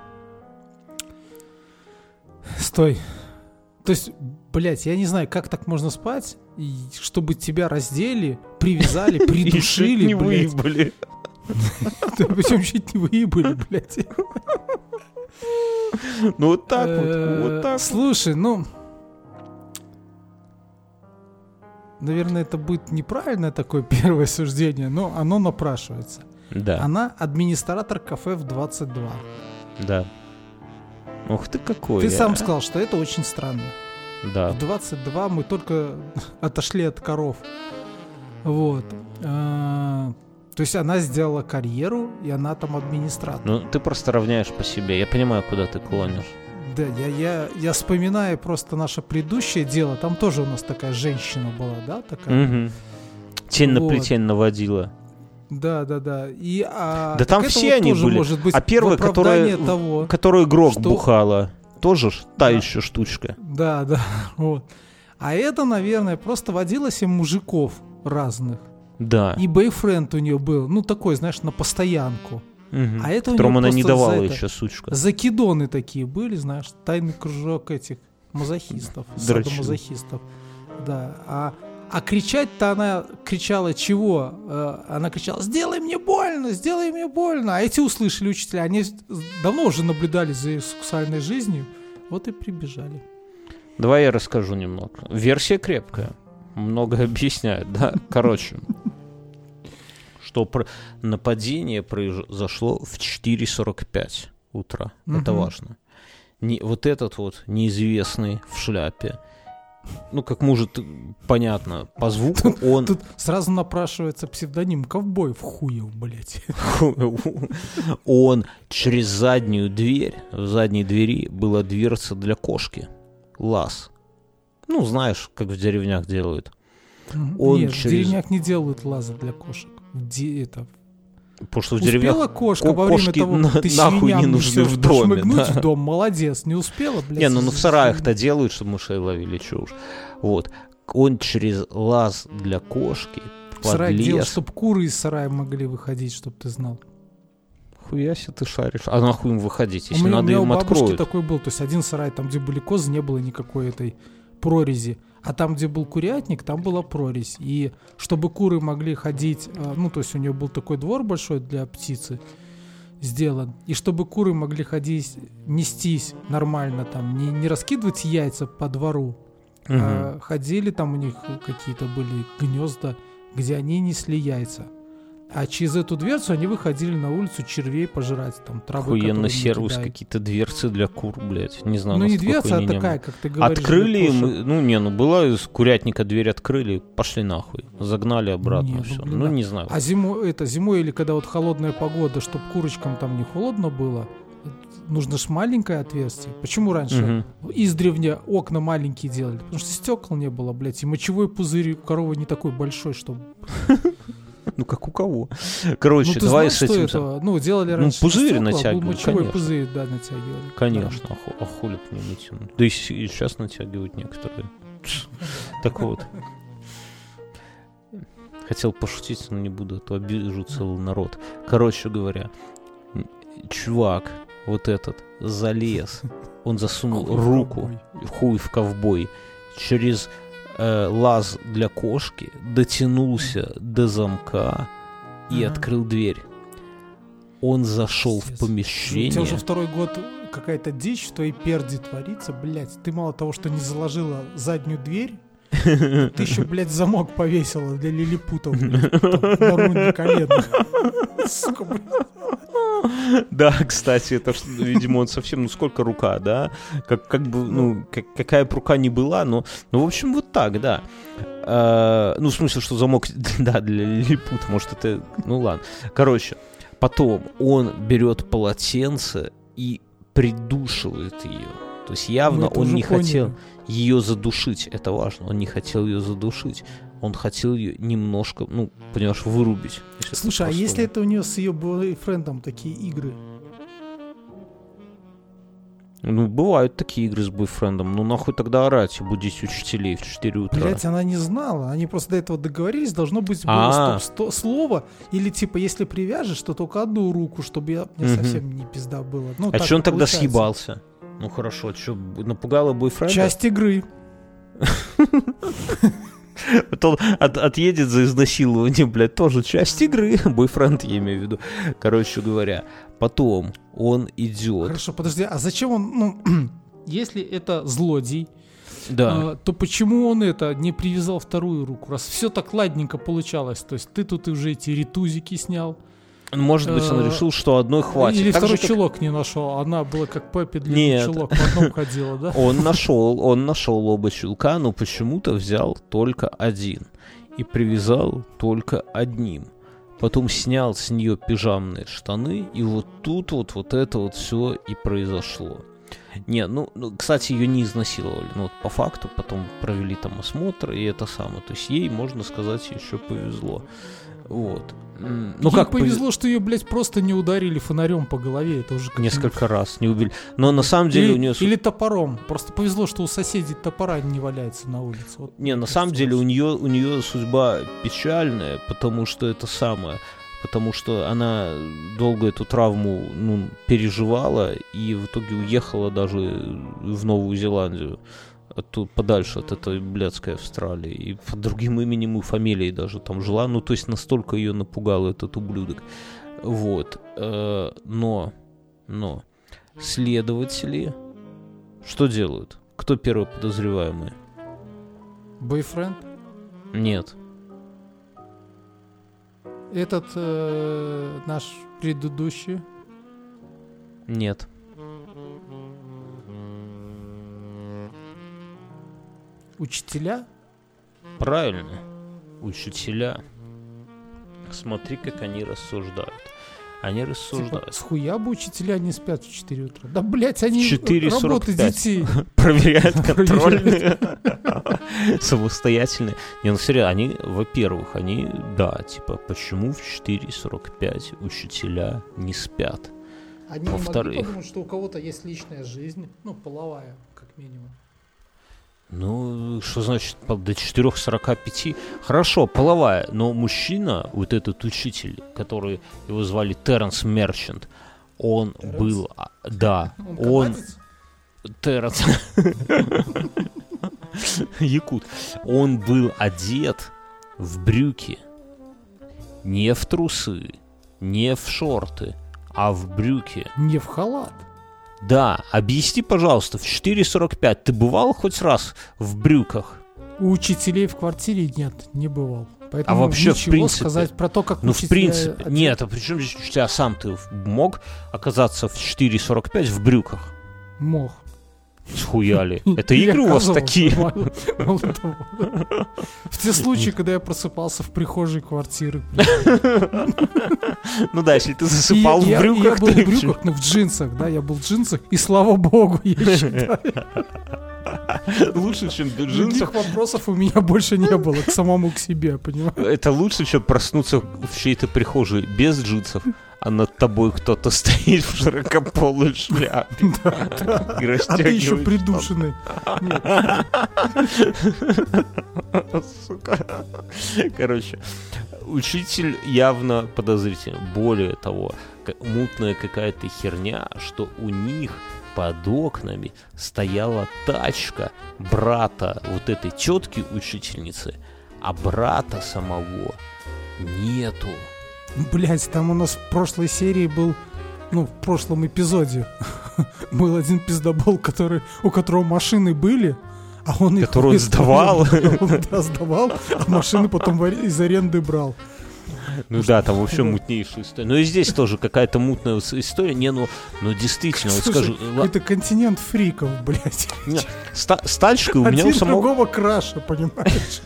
Стой. То есть, блядь, я не знаю, как так можно спать, и чтобы тебя раздели, привязали, придушили, не блядь. выебали. Причем чуть не выебали, блядь. Ну вот так вот, вот так. Слушай, ну... Наверное, это будет неправильное такое первое суждение, но оно напрашивается. Да. Она администратор кафе в двадцать два. Да. Ух ты какой. Ты а. сам сказал, что это очень странно. Да. В двадцать два мы только отошли от коров. Вот. А, то есть она сделала карьеру, и она там администратор. Ну, ты просто равняешь по себе. Я понимаю, куда ты клонишь. Да, я, я, я вспоминаю просто наше предыдущее дело. Там тоже у нас такая женщина была, да? Такая. Угу. Тень Вот. на плетень наводила. Да, да, да. И, а, Да там это все вот они тоже были. может быть А первая, в оправдание которая, того, которая грог что- бухала, тоже ж та Да. еще штучка. Да, да, вот. А это, наверное, просто водила себе мужиков разных. Да. И бойфренд у нее был, ну такой, знаешь, на постоянку. Мгм. А это у Которому неё она не просто давала за это- еще, сучка. Закидоны такие были, знаешь, тайный кружок этих мазохистов, Дрочил. садомазохистов. Да, а, а кричать-то она кричала чего? Э, Она кричала: сделай мне больно, сделай мне больно. А эти услышали учителя, они с- давно уже наблюдали за ее сексуальной жизнью, вот и прибежали. Давай я расскажу немного. Версия крепкая. Много объясняет, да. Короче. Что про... нападение произошло в четыре сорок пять утра. Это Мгм. важно. Не, вот этот вот неизвестный в шляпе. Ну, как может, понятно, по звуку он... Тут сразу напрашивается псевдоним ковбой в хуев, блядь. Он через заднюю дверь, в задней двери была дверца для кошки. Лаз. Ну, знаешь, как в деревнях делают. Он Нет, через- в деревнях не делают лаза для кошек. В де- это, Потому что в деревнях успела кошка во время того, на, как ты нахуй не нужны в доме. Шмыгнуть Да. в дом, молодец, не успела, блядь. Не, ну, ну в сараях-то делают, чтобы мышей ловили, чё уж. Вот. Он через лаз для кошки Сарай подлез. делал, чтобы куры из сарая могли выходить, чтобы ты знал. Хуя себе ты шаришь. А нахуй им выходить, если у меня, надо у меня им у бабушки откроют. такой был, то есть один сарай, там, где были козы, не было никакой этой прорези. А там, где был курятник, там была прорезь. И чтобы куры могли ходить, ну, то есть у нее был такой двор большой для птицы сделан. И чтобы куры могли ходить, нестись нормально, там, не, не раскидывать яйца по двору, Угу. а ходили, там у них какие-то были гнезда, где они несли яйца. А через эту дверцу они выходили на улицу червей пожирать, там, травы, Охуенно которые сервис, накидают. какие-то дверцы для кур, блядь. Не знаю, Ну, не насколько дверца, а они не такая, были. как ты говоришь. Открыли для им, кошек. ну не, ну была из курятника дверь открыли, пошли нахуй, загнали обратно, Не, ну, все. блин, Ну, да. не знаю. А зимой, это, зимой или когда вот холодная погода, чтобы курочкам там не холодно было, нужно ж маленькое отверстие. Почему раньше Мгм. издревле окна маленькие делали? Потому что стекол не было, блядь, и мочевой пузырь у коровы не такой большой, чтобы... Ну как у кого? Короче, ну, ты давай знаешь, с этим... что это? Ну, делали Ну, раньше пузырь стекла, а был натягивали, мочевой конечно. пузырь, да, натягивали. Конечно, а, ху- а хули б не натянуть. Да и с- и сейчас натягивают некоторые. Так вот. Хотел пошутить, но не буду, а то обижу целый народ. Короче говоря, м, чувак вот этот залез, он засунул Хуй в руку, ковбой. хуй в ковбой, через э, лаз для кошки, дотянулся до замка и Ага. открыл дверь. Он зашел в Пиздец. У помещение. тебя уже второй год какая-то дичь, что и перди творится, блядь. Ты мало того, что не заложила заднюю дверь, ты еще, блядь, замок повесила для лилипутов, блядь, там, на уровне коленных. Сука, блядь. Да, кстати, это ж, видимо, он совсем, ну сколько рука, да? Как, как бы, ну, как- какая бы рука ни была, но, ну, в общем, вот так, да. А, ну, в смысле, что замок, да, для лилипута, может, это, ну, ладно. Короче, потом он берет полотенце и придушивает ее. То есть явно Мы это он уже не поняли. хотел ее задушить, это важно, он не хотел ее задушить. Он хотел ее немножко, ну, понимаешь, вырубить. если Слушай, а по-простому. если это у нее с ее бойфрендом такие игры? Ну, бывают такие игры с бойфрендом. Ну, нахуй тогда орать и будить учителей в четыре утра. Блять, она не знала. Они просто до этого договорились. Должно быть было А. стоп, сто- слово. Или типа, если привяжешь, то только одну руку, чтобы я, мне Мгм. совсем не пизда было. Ну, А так че он и тогда получается. съебался? Ну, хорошо, что, напугала бойфренда? Часть игры. Вот он от- отъедет за изнасилование, блядь, тоже часть игры. Бойфренд, я имею в виду. Короче говоря, потом он идет. Хорошо, подожди, а зачем он, ну, если это злодей, Да. а, то почему он это не привязал вторую руку, раз все так ладненько получалось? То есть ты тут уже эти ритузики снял, Может быть, он э, решил, что одной хватит. или Так второй же, как- чулок не нашел, она была как Пеппи для Нет. чулок, в одном ходила, да? Он нашел, он нашел оба чулка, но почему-то взял только один и привязал только одним. Потом снял с нее пижамные штаны, и вот тут вот, вот это вот все и произошло. Не, ну, ну, кстати, ее не изнасиловали. Ну, вот по факту потом провели там осмотр, и это самое. То есть ей, можно сказать, еще повезло. Вот. М, Ну, Ей как повезло? повезло, что ее, блядь, просто не ударили фонарем по голове. Это уже как- Несколько раз не убили. Но на самом деле или, у нее... или топором. Просто повезло, что у соседей топора не валяется на улице. Вот, Не, на мне самом кажется, деле у лучше. нее, у нее судьба печальная, потому что это самое, потому что она долго эту травму, ну, переживала и в итоге уехала даже в Новую Зеландию, оттуда подальше от этой блядской Австралии, и под другим именем и фамилией даже там жила, ну, то есть настолько ее напугал этот ублюдок. Вот. Э, Но, но следователи что делают? Кто первый подозреваемый? Бойфренд? Нет. Этот э, наш предыдущий. Нет. Учителя? Правильно. Учителя. Смотри, как они рассуждают. Они рассуждают. Типа, с хуя бы учителя не спят в четыре утра? Да, блядь, они работают детей. Проверяют контрольные. Самостоятельные. Не, ну серьезно, они, во-первых, они, да, типа, почему в четыре сорок пять учителя не спят? Они не могли подумать, что у кого-то есть личная жизнь, ну, половая, как минимум. Ну, что значит до четыре сорок пять? Хорошо, половая, но мужчина, вот этот учитель, который его звали Терренс Мерчант, он Терренс? был, да, он, он Терренс, якут, он был одет в брюки, не в трусы, не в шорты, а в брюки. Не в халат. Да, объясни, пожалуйста, в четыре сорок пять ты бывал хоть раз в брюках? У учителей в квартире нет, не бывал. Поэтому а вообще, в принципе, сказать про то, как ну, в принципе, одет... нет, а при чем здесь учителя? Сам ты мог оказаться в четыре сорок пять в брюках? Мог. Схуяли. Это игры у вас такие? В те случаи, когда я просыпался в прихожей квартиры. Ну да, если ты засыпал в брюках. Я был в брюках, но в джинсах, да, я был в джинсах, и слава богу, я считаю. Лучше, чем без джинсов. Других вопросов у меня больше не было к самому к себе, понимаешь? Это лучше, чем проснуться в чьей-то прихожей без джинсов, а над тобой кто-то стоит в широкополой шляпе. Да, да. А ты еще придушенный. Сука. Короче, учитель явно подозрительный. Более того, мутная какая-то херня, что у них под окнами стояла тачка брата вот этой тетки-учительницы, а брата самого нету. Блять, там у нас в прошлой серии был, ну, в прошлом эпизоде был один пиздобол, который, у которого машины были, а он их... Который он сдавал. Он, да, сдавал, а машины потом из аренды брал. Ну да, там вообще мутнейшая история. Ну и здесь тоже какая-то мутная история. Не, ну, ну действительно, вот скажу... Это континент фриков, блядь. С тачкой у меня у самого... другого краша, понимаешь?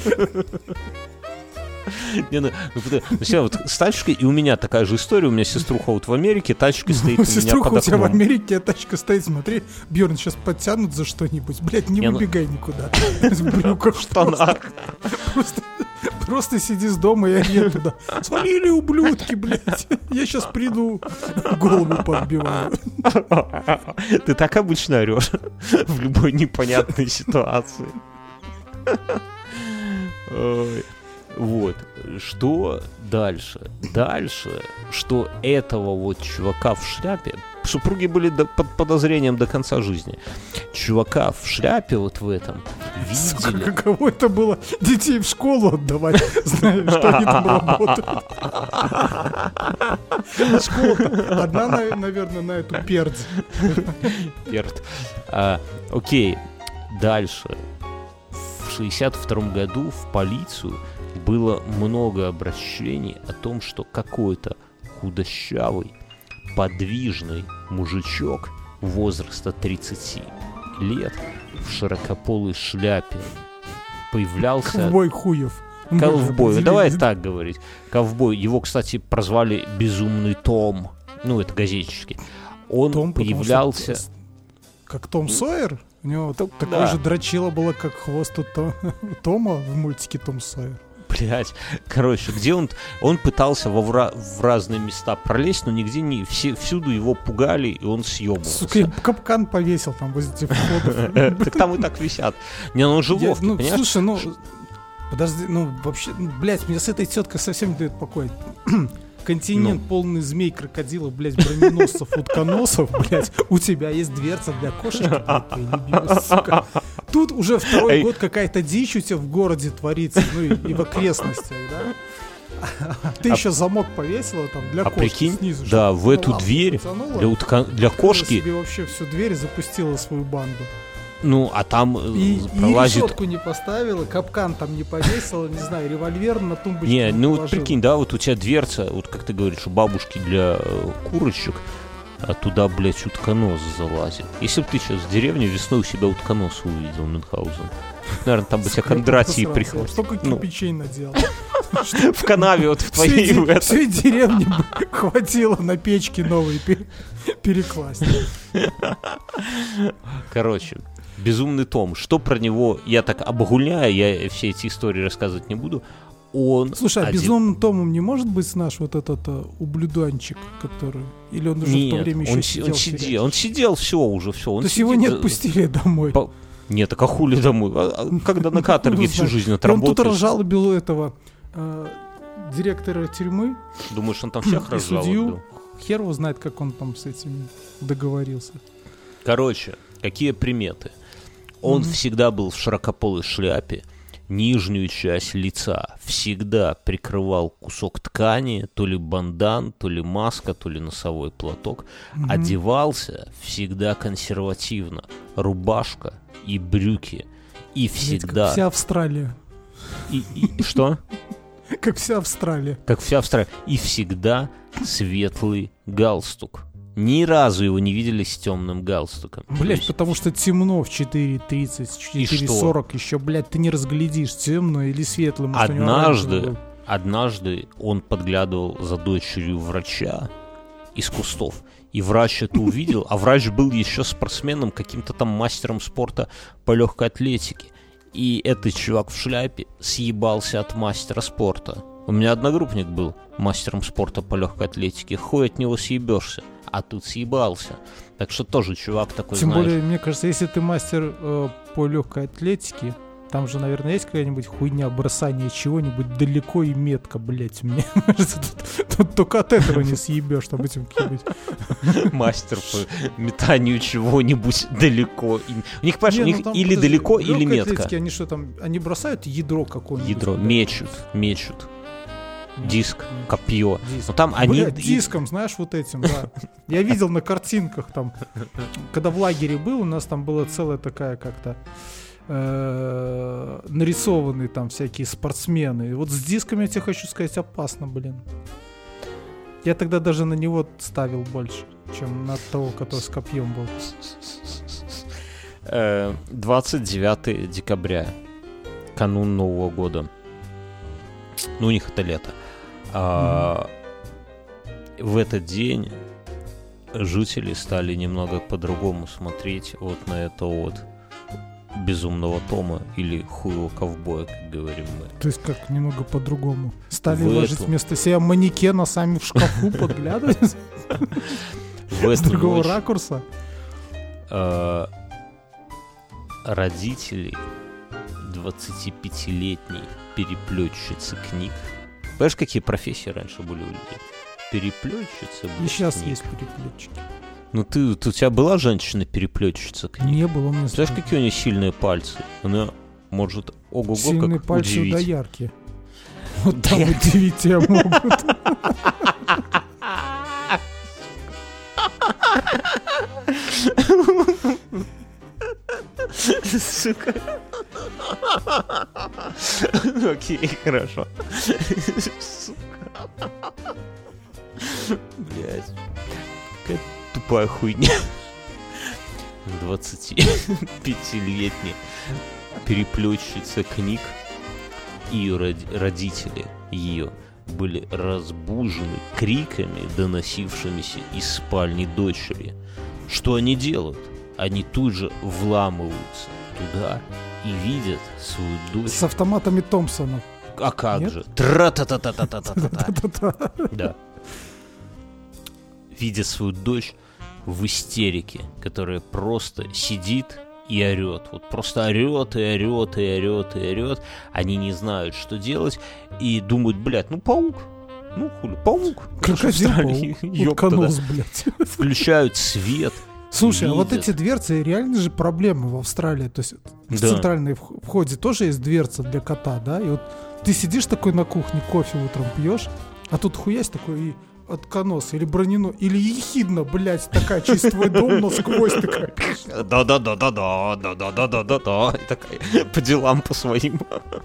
Не, ну, ну, ну, все, вот с тачкой, и у меня такая же история, у меня сеструха вот в Америке, тачка стоит у меня под окном. Сеструха у тебя в Америке, а тачка стоит, смотри, Бьерн сейчас подтянут за что-нибудь, блядь, не, не выбегай ну... никуда. В брюках, в штанах. Просто, просто сиди с дома и ори туда. Свалили, ублюдки, блядь, я сейчас приду, голову подбиваю. Ты так обычно орешь в любой непонятной ситуации. Ой. Вот, что дальше? Дальше, что этого вот чувака в шляпе, супруги были до, под подозрением до конца жизни, чувака в шляпе вот в этом видели. Сука, каково это было детей в школу отдавать, зная, что они там работают. Школа одна, наверное, на эту пердь. Пердь. А, окей, дальше. В шестьдесят втором году в полицию было много обращений о том, что какой-то худощавый, подвижный мужичок возраста тридцати лет в широкополой шляпе появлялся... Ковбой Хуев. Ковбой, давай так говорить. Ковбой. Его, кстати, прозвали Безумный Том. Ну, это газетчики. Он Том, появлялся... Что... Как Том Сойер? У него Том, такое да. же дрочило было, как хвост у Том... Тома в мультике Том Сойер. Блять, короче, где он, он пытался во вра, в разные места пролезть, но нигде не, все, всюду его пугали, и он съебывался. Сука, я капкан повесил там возле этих входов. Так там и так висят. Не, ну он же ловкий, понимаешь? Слушай, ну, подожди, ну вообще, блять, мне с этой теткой совсем не дает покоя. Континент ну. полный змей, крокодилов, блядь, броненосцев, утконосов, блядь. У тебя есть дверца для кошечки, блядь, сука. Тут уже второй Эй. год какая-то дичь у тебя в городе творится, ну и, и в окрестностях, да? Ты а, еще замок повесила там для а кошки прикинь, снизу. Да, в эту дверь для, утка... для кошки... себе вообще всю дверь запустила свою банду. Ну, а там и, пролазит... И решетку не поставила, капкан там не повесила, не знаю, револьвер на тумбочку не, не ну положила. Вот прикинь, да, вот у тебя дверца, вот как ты говоришь, у бабушки для э, курочек, а туда, блядь, утконос залазит. Если бы ты сейчас в деревне весной у себя утконос увидел, Мюнхгаузен, наверное, там бы тебя Кондратий прихватил. Столько кирпичей наделал. В канаве вот в твоей... Всей деревни хватило на печке новые перекласть. Короче, «Безумный Том». Что про него, я так обгуляю, я все эти истории рассказывать не буду. Он Слушай, а один... «Безумным Томом» не может быть наш вот этот а, ублюдончик, который... Или он уже нет, в то время еще он, сидел? Он сидел, он сидел, все уже, все. Он То есть сидит... его не отпустили домой? По... Нет, так а хули домой? А, когда на каторге всю жизнь отработаешь? Он тут разжалобил этого э, директора тюрьмы. Думаешь, он там всех разжалобил? Судью. Хер его знает, как он там с этим договорился. Короче, какие приметы? Он mm-hmm. всегда был в широкополой шляпе. Нижнюю часть лица всегда прикрывал кусок ткани, то ли бандан, то ли маска, то ли носовой платок. Mm-hmm. Одевался всегда консервативно. Рубашка и брюки. И всегда... Как вся Австралия. И, и, что? Как вся Австралия. Как вся Австралия. И всегда светлый галстук. Ни разу его не видели с темным галстуком. Блять, есть... потому что темно в четыре тридцать, четыре сорок еще, блядь, ты не разглядишь, темно или светлый. Может, однажды, однажды он подглядывал за дочерью врача из кустов. И врач это увидел, а врач был еще спортсменом, каким-то там мастером спорта по легкой атлетике. И этот чувак в шляпе съебался от мастера спорта. У меня одногруппник был мастером спорта по легкой атлетике. Хуй от него съебешься. А тут съебался. Так что тоже чувак такой, Тем знаешь... более, мне кажется, если ты мастер э, по легкой атлетике, там же, наверное, есть какая-нибудь хуйня бросания чего-нибудь далеко и метко, блять. Мне кажется, тут, тут только от этого не съебешь, там этим каким-нибудь... Мастер по метанию чего-нибудь далеко. У них, понимаешь, не, у них ну, или подожди, далеко, или метко. Атлетики, они что там, они бросают ядро какое-нибудь? Ядро, да? мечут, мечут. Диск, копье. Диск. Но там они... Бля, диском, знаешь, вот этим, да. Я видел на картинках там, когда в лагере был, у нас там была целая такая как-то э, нарисованные там всякие спортсмены. И вот с дисками, я тебе хочу сказать, опасно, блин. Я тогда даже на него ставил больше, чем на того, который с копьем был. двадцать девятого декабря, канун Нового года. Ну, у них это лето. А, mm-hmm. В этот день жители стали немного по-другому смотреть вот на это вот безумного Тома или хуевого ковбоя, как говорим мы. То есть как немного по-другому? Стали в ложить эту... вместо себя манекена сами в шкафу, подглядывать? С другого ракурса? Родители двадцатипятилетней переплетчицы книг. Понимаешь, какие профессии раньше были у людей? Переплетчица. И сейчас книг. есть переплетчики. Ну ты, ты, у тебя была женщина-переплетчица книг? Не было у меня. Знаешь, какие у нее сильные пальцы? Она может ого-го сильные как пальцы удивить. да яркие. Вот там удивить тебя могут. Сука. Окей, хорошо. Сука. Блять. Какая тупая хуйня. двадцатипятилетняя переплетчица книг и ее родители ее были разбужены криками, доносившимися из спальни дочери. Что они делают? Они тут же вламываются туда и видят свою дочь. С автоматами Томпсона. А как Нет? же? Тра-та-та-та-та-та-та-та. Да. Видят свою дочь в истерике, которая просто сидит и орет. Вот просто орет и орет и орет и орет. Они не знают, что делать. И думают, блядь, ну паук. Ну хули, паук. Крокодил-паук. Утконос, блядь. Включают свет. Слушай, видят. А вот эти дверцы реально же проблема в Австралии. То есть в да. центральной входе тоже есть дверца для кота, да? И вот ты сидишь такой на кухне, кофе утром пьешь, а тут хуясь такой и утконос, или бронено, или ехидна, блядь, такая через твой дом насквозь такая. Да-да-да-да-да-да-да-да-да-да. И такая по делам по своим.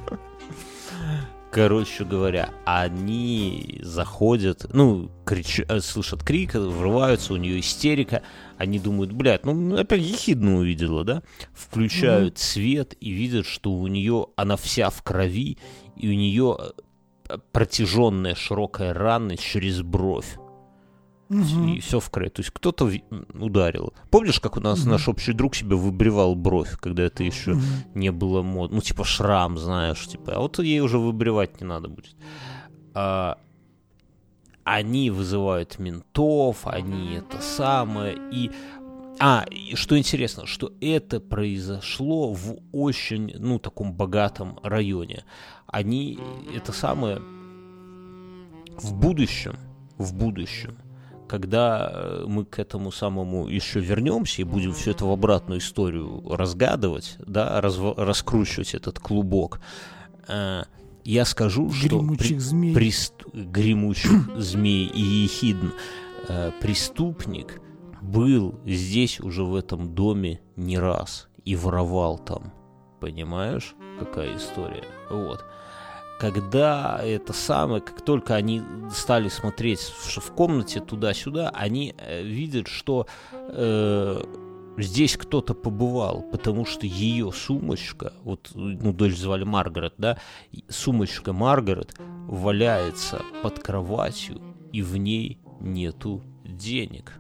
Короче говоря, они заходят, ну, крич... слышат крик, врываются, у нее истерика. Они думают, блядь, ну, опять ехидну увидела, да? Включают mm-hmm. свет и видят, что у нее, она вся в крови, и у нее протяженная широкая рана через бровь. Угу. И все в крови. То есть кто-то ударил. Помнишь, как у нас угу. наш общий друг себе выбривал бровь, когда это еще угу. не было модно? Ну, типа шрам, знаешь, типа. А вот ей уже выбривать не надо будет. А, они вызывают ментов, они это самое. И... А, и что интересно, что это произошло в очень, ну, таком богатом районе. Они, это самое, в будущем, в будущем, когда мы к этому самому еще вернемся и будем всю эту обратную историю разгадывать, да, разв- раскручивать этот клубок, э, я скажу, гремучих что... Змей. Прист... Гремучих змей и ехидн. Э, преступник был здесь уже в этом доме не раз и воровал там. Понимаешь, какая история? Вот. Когда это самое, как только они стали смотреть в, в комнате туда-сюда, они э, видят, что э, здесь кто-то побывал, потому что ее сумочка, вот, ну, дочь звали Маргарет, да, сумочка Маргарет валяется под кроватью, и в ней нету денег.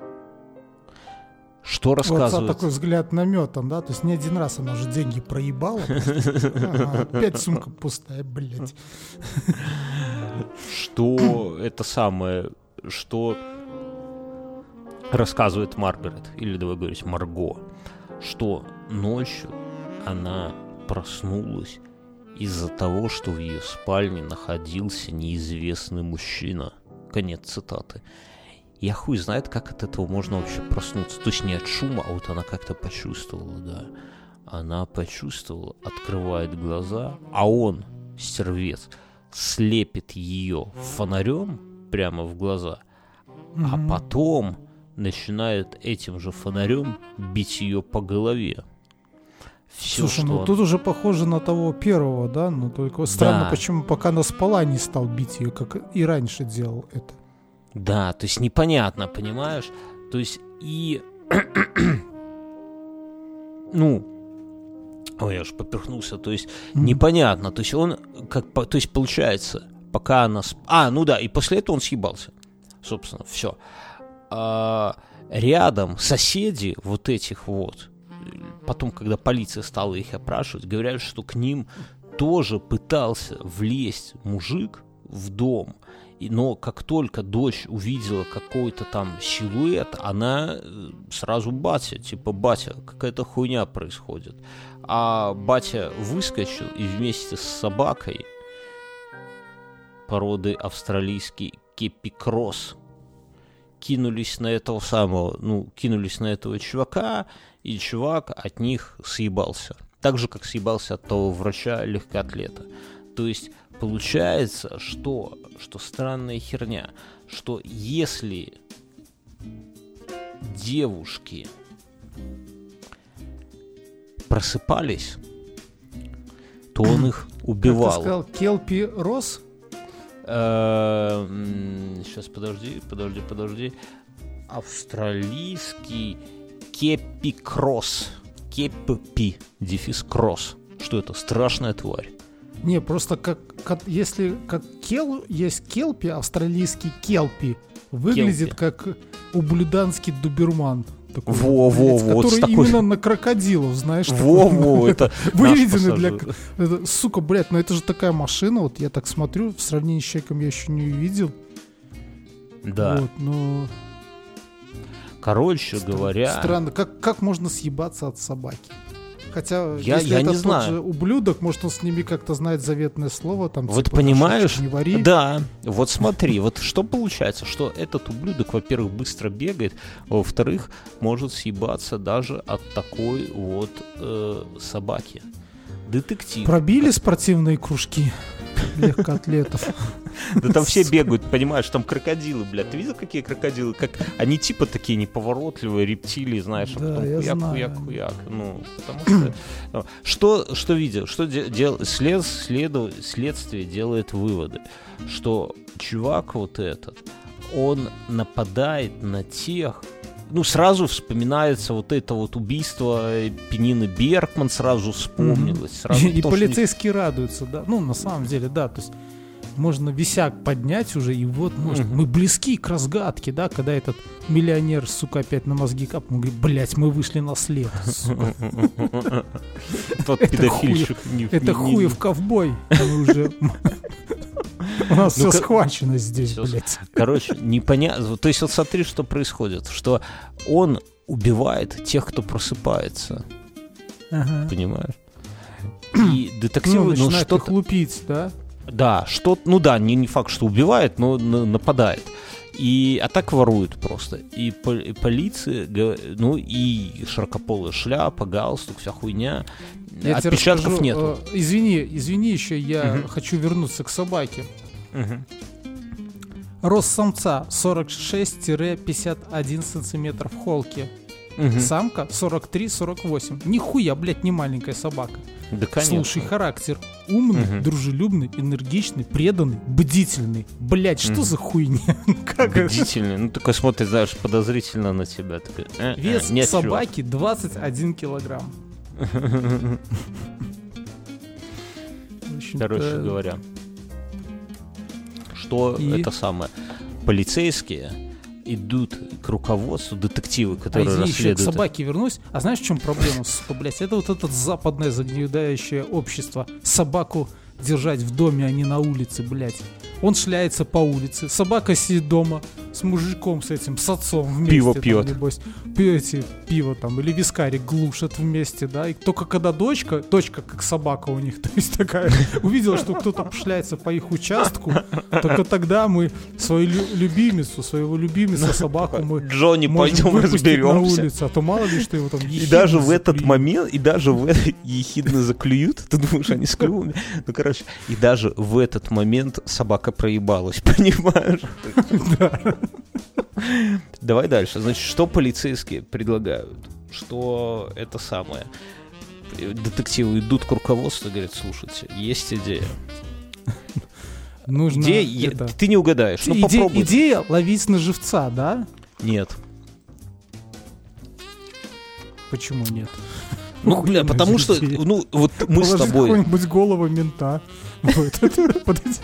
Что рассказывает? Вот такой взгляд наметан, да? То есть не один раз она уже деньги проебала. Ага, опять сумка пустая, блядь. Что это самое, что рассказывает Маргарет, или давай говорить Марго, что ночью она проснулась из-за того, что в ее спальне находился неизвестный мужчина. Конец цитаты. Я хуй знает, как от этого можно вообще проснуться. То есть не от шума, а вот она как-то почувствовала, да. Она почувствовала, открывает глаза, а он, стервец, слепит ее фонарем прямо в глаза, mm-hmm. а потом начинает этим же фонарем бить ее по голове. Все, Слушай, ну он... тут уже похоже на того первого, да? Но только странно, да. Почему пока она спала, не стал бить ее, как и раньше делал это. Да, то есть непонятно, понимаешь? То есть и... ну... Ой, я уж поперхнулся. То есть mm-hmm. непонятно. То есть он... как, то есть получается, пока она... Сп... А, ну да, и после этого он съебался. Собственно, все. А, рядом соседи вот этих вот... Потом, когда полиция стала их опрашивать, говорят, что к ним тоже пытался влезть мужик в дом. Но как только дочь увидела какой-то там силуэт, она сразу батя, типа, батя, какая-то хуйня происходит. А батя выскочил и вместе с собакой породы австралийский кепи-кросс кинулись на этого самого, ну, кинулись на этого чувака, и чувак от них съебался. Так же, как съебался от того врача-легкоатлета. То есть получается, что, что странная херня, что если девушки просыпались, то он их убивал. Как ты сказал, Келпи Росс? Сейчас, подожди, подожди, подожди. Австралийский кепи-кросс. Кепи, дефис кросс. Что это? Страшная тварь. Не, просто как, как если как кел, есть келпи, австралийский келпи, выглядит келпи. Как ублюданский доберман. Такой, во-во-во, который вот именно такой... на крокодилов, знаешь. Во-во, это выведены для... Это, сука, блядь, ну это же такая машина, вот я так смотрю, в сравнении с человеком я еще не увидел. Да. Вот, но... Короче Стр- говоря... Странно, как, как можно съебаться от собаки? Хотя, я, если я это не тот знаю. же ублюдок, может, он с ними как-то знает заветное слово. Там, вот типа, понимаешь, не вари. Да, вот смотри, вот что получается, что этот ублюдок, во-первых, быстро бегает, а во-вторых, может съебаться даже от такой вот э, собаки. Детектив. Пробили спортивные кружки легкоатлетов. Да там все бегают, понимаешь, там крокодилы, блядь. Ты видел, какие крокодилы? Как они типа такие неповоротливые, рептилии, знаешь, а потом хуяк-хуяк-хуяк. Ну, потому что... Ну, что, что видел? Что дел, след, следу, следствие делает выводы, что чувак вот этот, он нападает на тех... Ну, сразу вспоминается вот это вот убийство Пенины Бергман, сразу вспомнилось. Сразу, и полицейские что... радуются, да. Ну, на самом деле, да. То есть можно висяк поднять уже, и вот, может, мы близки к разгадке, да, когда этот миллионер, сука, опять на мозги капнул, он говорит, блядь, мы вышли на след, сука. Тот педофильчик. Это хуев ковбой. Мы уже... У нас все схвачено здесь, блядь. Короче, непонятно. То есть вот смотри, что происходит. Что он убивает тех, кто просыпается. Понимаешь? И детективы... Ну, начинают их лупить, да? Да, что, ну да, не, не факт, что убивает, но нападает. И, а так воруют просто. И, по, и полиция, ну и широкополая шляпа, галстук, вся хуйня. Я Отпечатков расскажу, нет. Э, извини, извини, еще я Угу. хочу вернуться к собаке. Угу. Рост самца сорок шесть - пятьдесят один сантиметр в холке. Угу. Самка сорок три - сорок восемь. Нихуя, блядь, не маленькая собака. Да, конечно. Слушай, характер умный, Угу. дружелюбный, энергичный, преданный, бдительный. Блядь, что Угу. за хуйня? Как это? Бдительный. Ну, такой смотрит, знаешь, подозрительно на тебя. Такой, э, э, Вес нет, собаки двадцать один килограмм. В общем-то, Короче говоря, что И? это самое? Полицейские идут к руководству, детективы, А которые извини, еще к расследуют. собаке вернусь. А знаешь, в чем проблема, сука, блядь? Это вот это западное загнедающее общество. Собаку держать в доме, а не на улице, блядь. Он шляется по улице, собака сидит дома с мужиком с этим, с отцом вместе. Пиво там, пьет. Небось, пьете пиво там, или вискарик глушат вместе, да. И только когда дочка, дочка как собака у них, то есть такая, увидела, что кто-то шляется по их участку, только тогда мы свою лю- любимицу, своего любимица, собаку мы Джонни, можем пойдем выпустить на разберемся. улицу, а то мало ли, что его там И ехидно даже в этот заклюют. момент, и даже в этот ехидно заклюют, ты думаешь, они с клювами? Ну, короче, и даже в этот момент собака проебалась, понимаешь? Давай дальше. Значит, что полицейские предлагают? Что это самое? Детективы идут к руководству и говорят, слушайте, есть идея. Нужно Идея, это- ты не угадаешь, ну Иде- попробуй. Идея ловить на живца, да? Нет. Почему нет? Ну, Охуенная бля, потому же что, идея. ну, вот мы с Положи тобой... какую-нибудь голову мента. Вот это, подойди.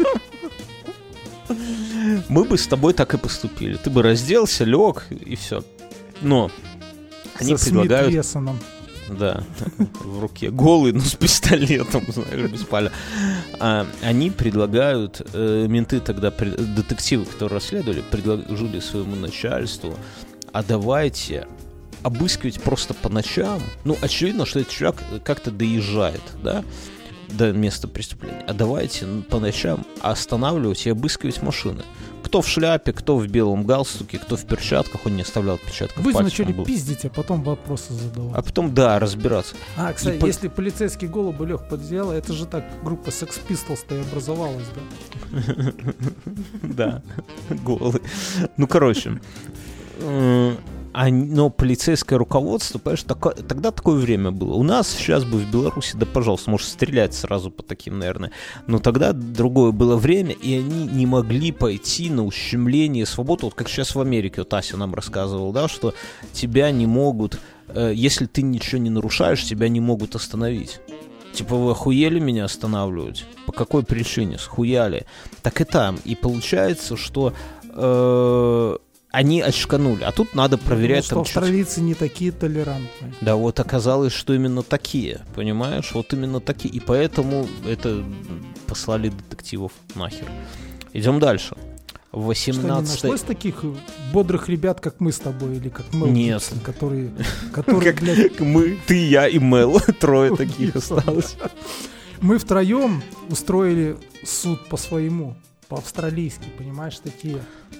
Мы бы с тобой так и поступили. Ты бы разделся, лег и все. Но они Со предлагают... Смит Вессоном. Да, в руке. Голый, но с пистолетом, знаешь, без паля. А, они предлагают, э, менты тогда, пред- детективы, которые расследовали, предложили своему начальству, а давайте обыскивать просто по ночам. Ну, очевидно, что этот чувак как-то доезжает, да, до места преступления. А давайте по ночам останавливать и обыскивать машины. Кто в шляпе, кто в белом галстуке, кто в перчатках, он не оставлял отпечатков Вы пальцев. начали он был. пиздить, а потом вопросы задавать. А потом, да, разбираться. А, кстати, и по- если полицейский голубь лег под одеяло, это же так группа Sex Pistols-то и образовалась, да? Да, голый. Ну, короче. э, а- Но полицейское руководство, понимаешь, тако- тогда такое время было. У нас сейчас бы в Беларуси, да, пожалуйста, можешь стрелять сразу по таким, наверное. Но тогда другое было время, и они не могли пойти на ущемление свободы. Вот как сейчас в Америке, вот Ася нам рассказывал, да, что тебя не могут, э, если ты ничего не нарушаешь, тебя не могут остановить. Типа, вы охуели меня останавливать? По какой причине? Схуяли? Так и там. И получается, что э, они очканули. А тут надо проверять... Потому там что чуть- австралийцы не такие толерантные. Да, вот оказалось, что именно такие, понимаешь? Вот именно такие. И поэтому это послали детективов нахер. Идем дальше. Что, не восемнадцатое... нашлось таких бодрых ребят, как мы с тобой, или как Мэл Нет. Гибсон, которые, которые, Как блядь, мы, ты, я и Мел. Трое таких Гибсон, осталось. мы втроем устроили суд по-своему, по-австралийски, понимаешь, такие.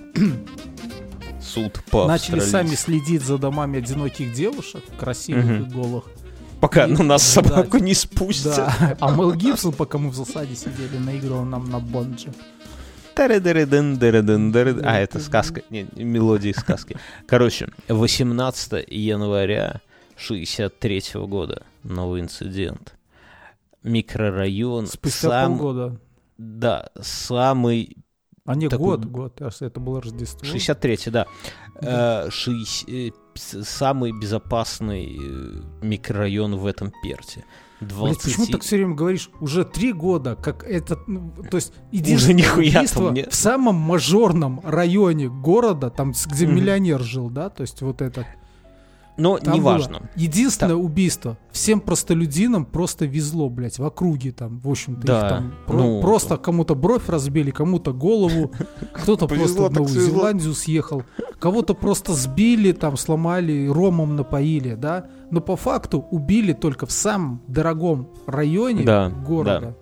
Суд по Начали австралийски. сами следить за домами одиноких девушек, красивых Мгм. и голых. Пока И на нас ждать. собаку не спустят. Да. А Мэл Гибсон, пока мы в засаде сидели, наигрывал нам на бонджи. Таре-дере-ден-дере-ден-дере. А, это сказка. Не, мелодия из сказки. Короче, восемнадцатого января шестьдесят третьего года. Новый инцидент. Микрорайон. Спустя сам- полгода. Да, самый... А не, Такой- год, год. Аж это было Рождество. шестьдесят третий, да. Э, шесть- э, с- самый безопасный э, микрорайон в этом Перте. двадцать... Блядь, почему ты так все время говоришь? Уже три года, как это... Ну, то есть, Уже единственное нихуя убийство мне... в самом мажорном районе города, там, где mm-hmm. миллионер жил, да? То есть, вот это... Но там неважно. Единственное там... убийство. Всем простолюдинам просто везло, блядь, в округе там, в общем-то, да. их там ну... про- просто кому-то бровь разбили, кому-то голову, кто-то просто в Новую Зеландию съехал, кого-то просто сбили, там, сломали, ромом напоили, да? Но по факту убили только в самом дорогом районе да, города. Да.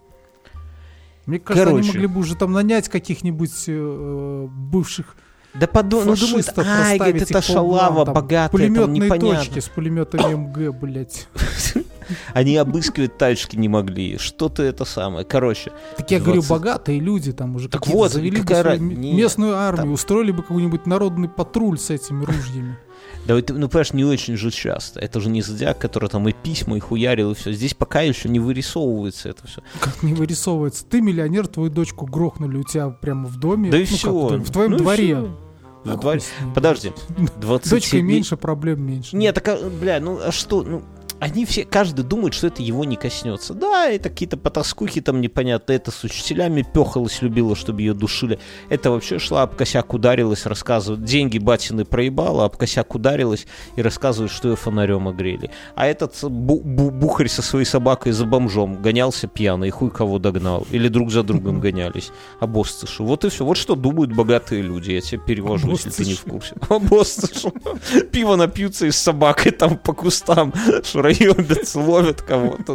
Мне кажется, Короче. они могли бы уже там нанять каких-нибудь э, бывших да подумай, ну думают, ай, говорит, это шалава богатая, там непонятно. Точки с пулеметами МГ, блядь. Они обыскивать тачки не могли. Что-то это самое. Короче. Так я говорю, богатые люди там уже так вот, завели бы свою местную армию, устроили бы какой-нибудь народный патруль с этими ружьями. Да, ну, понимаешь, не очень же часто. Это же не Зодиак, который там и письма, и хуярил, и все. Здесь пока еще не вырисовывается это все. Как не вырисовывается? Ты миллионер, твою дочку грохнули у тебя прямо в доме. Да и ну, все. Как, в твоем ну дворе. В дворе. Подожди. двадцать Дочкой меньше, проблем меньше. Нет, так, бля, ну а что, ну... Они все, каждый думает, что это его не коснется. Да, это какие-то потаскухи там непонятно. Это с учителями пёхалась, любила, чтобы ее душили. Это вообще шла, об косяк ударилась, рассказывает. Деньги батины проебала, об косяк ударилась и рассказывает, что ее фонарем огрели. А этот бу- бу- бухарь со своей собакой за бомжом гонялся пьяный, и хуй кого догнал. Или друг за другом гонялись. Обоссышу. Вот и все. Вот что думают богатые люди. Я тебе перевожу, если ты не в курсе. Обоссышу. Пиво напьются и с собакой там по кустам. Ебятся, ловят кого-то.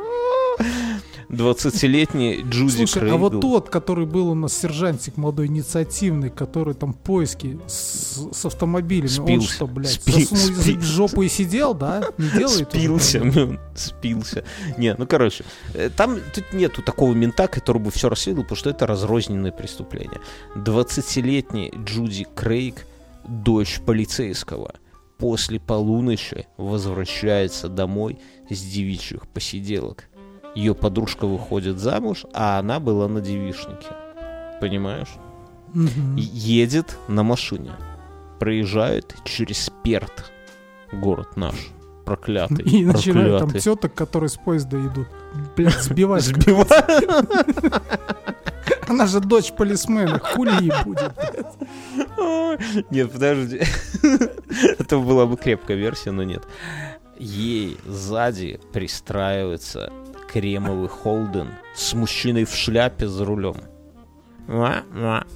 двадцатилетний Джуди Слушай, Крейгл. а вот тот, который был у нас сержантик молодой, инициативный, который там поиски с, с автомобилями, спился, он что, блядь, спи, засунул спи. язык в жопу и сидел, да? Не делает Спился, ну, спился. Не, ну, короче, там тут нету такого мента, который бы все расследовал, потому что это разрозненное преступление. двадцатилетний Джуди Крейг, дочь полицейского, после полуночи возвращается домой с девичьих посиделок. Ее подружка выходит замуж, а она была на девичнике. Понимаешь? Mm-hmm. Едет на машине. Проезжает через Перт. Город наш. Проклятый. И начинают проклятый. Там теток, которые с поезда идут. Блядь, сбивать. Сбивать. Она же дочь полисмена, хули ей будет. Нет, подожди. Это была бы крепкая версия, но нет. Ей сзади пристраивается кремовый Холден с мужчиной в шляпе за рулем. В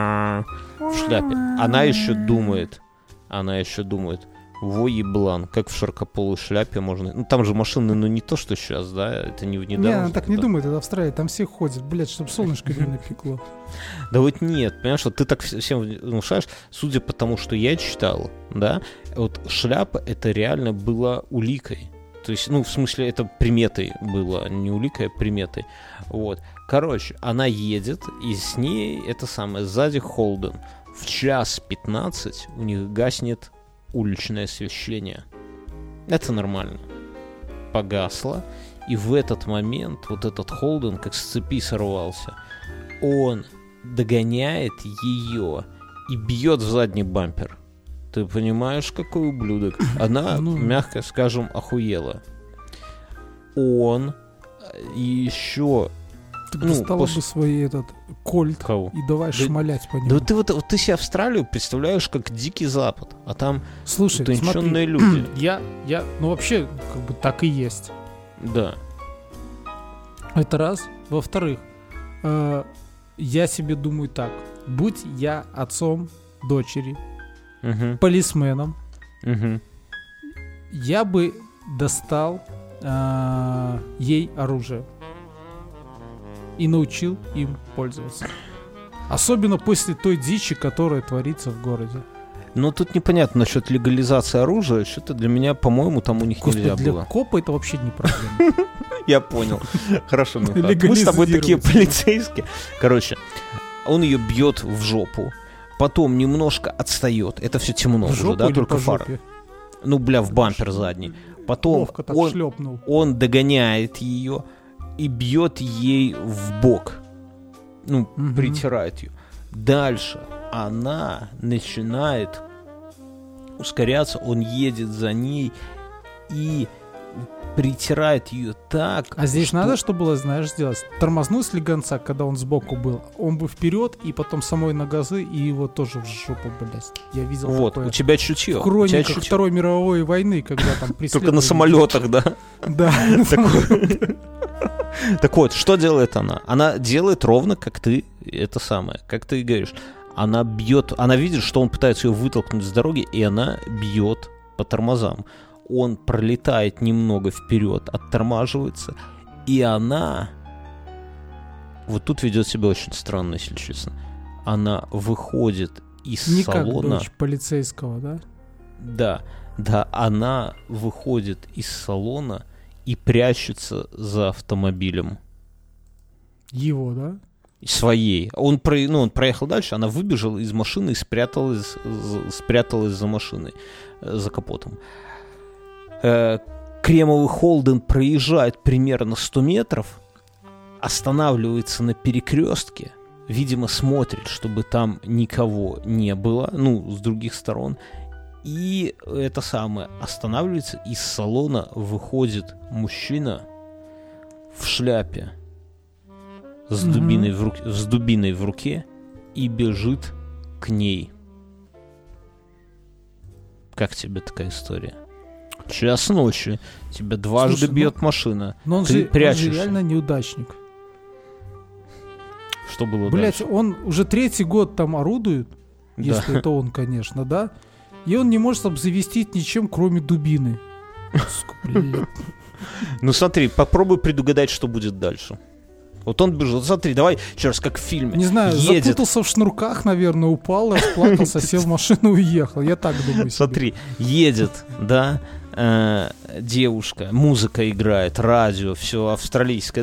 шляпе. Она еще думает, она еще думает, во еблан, как в широкополой шляпе можно... Ну, там же машины, ну, не то, что сейчас, да? Это не внедорожник. Не, она так не думает, это Австралия, там все ходят, блядь, чтобы солнышко не напекло. Да вот нет, понимаешь, вот ты так всем внушаешь, судя по тому, что я читал, да, вот шляпа это реально была уликой. То есть, ну, в смысле, это приметой было, не уликой, а приметой. Вот. Короче, она едет, и с ней это самое, сзади Холден. В час пятнадцать у них гаснет уличное освещение. Это нормально. Погасло. И в этот момент вот этот Холден как с цепи сорвался. Он догоняет ее и бьет в задний бампер. Ты понимаешь, какой ублюдок? Она, ну, мягко скажем, охуела. Он еще... Ты ну, достала после... бы свой этот кольт Кого? И давай да, шмалять по нему. Да ты вот, вот ты себе Австралию представляешь как Дикий Запад, а там слушай, утонченные смотри, люди. Я, я, ну вообще, как бы так и есть. Да. Это раз. Во-вторых, э, я себе думаю так. Будь я отцом дочери, угу. полисменом, угу. я бы достал э, ей оружие. И научил им пользоваться. Особенно после той дичи, которая творится в городе. Но тут непонятно насчет легализации оружия. Что-то для меня, по-моему, там у них Господи, нельзя для было. Для копа это вообще не проблема. Я понял. Хорошо, мы с тобой такие полицейские. Короче, он ее бьет в жопу. Потом немножко отстает. Это все темно уже, да, только фары. Ну, бля, в бампер задний. Потом он догоняет ее и бьет ей в бок. Ну, угу. притирает ее. Дальше она начинает ускоряться, он едет за ней и притирает ее так. А здесь что... надо, что было, знаешь, сделать? Тормознуть слегонца, когда он сбоку был. Он бы вперед, и потом самой на газы, и его тоже в жопу, блядь. Я видел вот, такое. У тебя чутье. В хрониках Второй мировой войны, когда там преследовали. Только на самолетах, да? Да. Так вот, что делает она? Она делает ровно, как ты, это самое, как ты и говоришь. Она бьет, она видит, что он пытается ее вытолкнуть с дороги, и она бьет по тормозам. Он пролетает немного вперед, оттормаживается, и она... Вот тут ведет себя очень странно, если честно. Она выходит из Не салона... как дочь полицейского, да? Да, да, она выходит из салона и прячется за автомобилем. Его, да? Своей. Он, про, ну, он проехал дальше, она выбежала из машины и спряталась, спряталась за машиной, за капотом. Э, кремовый Холден проезжает примерно сто метров, останавливается на перекрестке, видимо, смотрит, чтобы там никого не было, ну, с других сторон, и это самое, останавливается, из салона выходит мужчина в шляпе, с дубиной, mm-hmm. в руке, с дубиной в руке и бежит к ней. Как тебе такая история? Час ночи, тебя дважды Слушай, бьет ну, машина, но он ты же, прячешься. Он же реально неудачник. Что было Блять, дальше? Он уже третий год там орудует, да. Если это он, конечно, да? И он не может обзавестись ничем, кроме дубины. Ну смотри, попробуй предугадать, что будет дальше. Вот он бежит, смотри, давай еще раз, как в фильме. Не знаю, едет. Запутался в шнурках, наверное, упал, расплакался, сел в машину и уехал. Я так думаю. Смотри, едет, да, э, девушка, музыка играет, радио, все австралийское.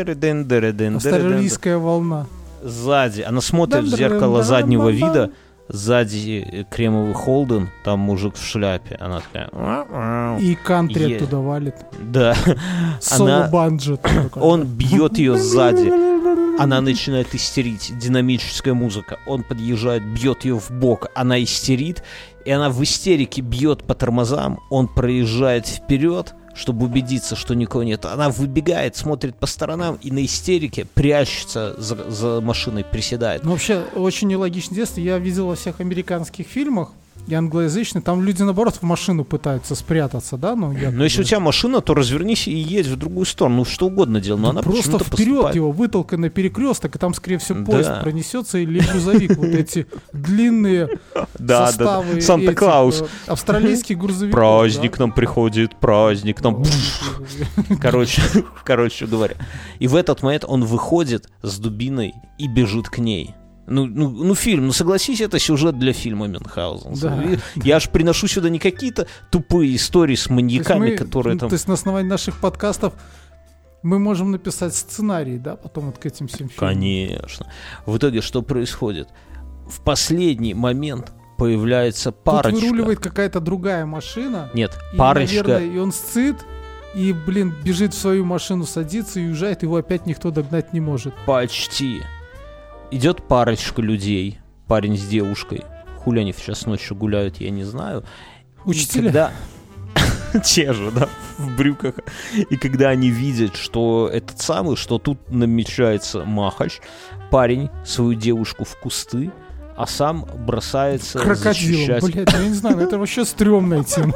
Австралийская волна. Сзади, она смотрит в зеркало заднего вида, сзади кремовый Холден, там мужик в шляпе, она такая... И кантри оттуда валит. Да. Соло-банджо. Он бьет ее сзади. Она начинает истерить. Динамическая музыка. Он подъезжает, бьет ее в бок. Она истерит. И она в истерике бьет по тормозам. Он проезжает вперед, чтобы убедиться, что никого нет. Она выбегает, смотрит по сторонам и на истерике прячется за, за машиной, приседает. Ну, вообще, очень нелогичное детство. Я видел во всех американских фильмах и англоязычных, там люди, наоборот, в машину пытаются спрятаться, да? Ну, я но если у тебя машина, то развернись и едь в другую сторону. Ну, что угодно делай. Но да она просто вперед поступает. Его вытолкай на перекресток, и там, скорее всего, поезд да. пронесется, или грузовик. Вот эти длинные составы. Санта-Клаус. Австралийский грузовик. Праздник нам приходит, праздник нам... Короче, короче говоря. И в этот момент он выходит с дубиной и бежит к ней. Ну, ну, ну, фильм, ну согласись, это сюжет для фильма Мюнхгаузен. Да. Я аж приношу сюда не какие-то тупые истории с маньяками, мы, которые там... То есть на основании наших подкастов мы можем написать сценарий, да, потом вот к этим всем фильмам? Конечно. В итоге что происходит? В последний момент появляется парочка. Тут выруливает какая-то другая машина. Нет, и, парочка... Наверное, и он сцит, и, блин, бежит в свою машину, садится и уезжает, его опять никто догнать не может. Почти. Идет парочка людей, парень с девушкой. Хули они сейчас ночью гуляют, я не знаю. Учителя? Когда... Те же, да, в брюках. И когда они видят, что этот самый, что тут намечается махач, парень свою девушку в кусты, а сам бросается крокодилом, защищать... блядь, я не знаю, это вообще стрёмная тема.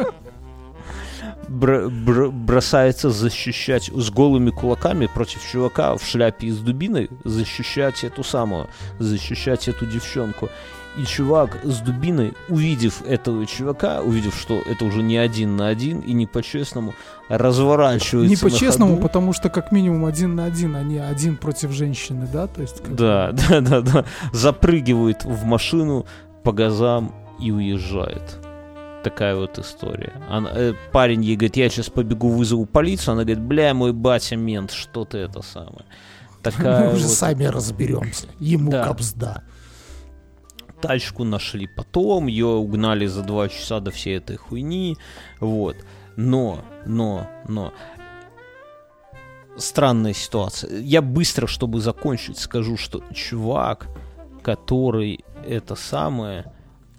Бр- бр- бросается защищать с голыми кулаками против чувака в шляпе и с дубиной, защищать эту самую, защищать эту девчонку. И чувак с дубиной, увидев этого чувака, увидев, что это уже не один на один и не по-честному, разворачивается. Не по-честному, потому что как минимум один на один, а не один против женщины, да? То есть, как... Да, да, да, да. Запрыгивает в машину по газам и уезжает. Такая вот история. Она, э, парень ей говорит, я сейчас побегу, вызову полицию. Она говорит, бля, мой батя мент, что ты это самое. Такая Мы уже вот... сами разберемся. Ему да. капсда. Тачку нашли потом, ее угнали за два часа до всей этой хуйни. Вот. Но, но, но... Странная ситуация. Я быстро, чтобы закончить, скажу, что чувак, который это самое...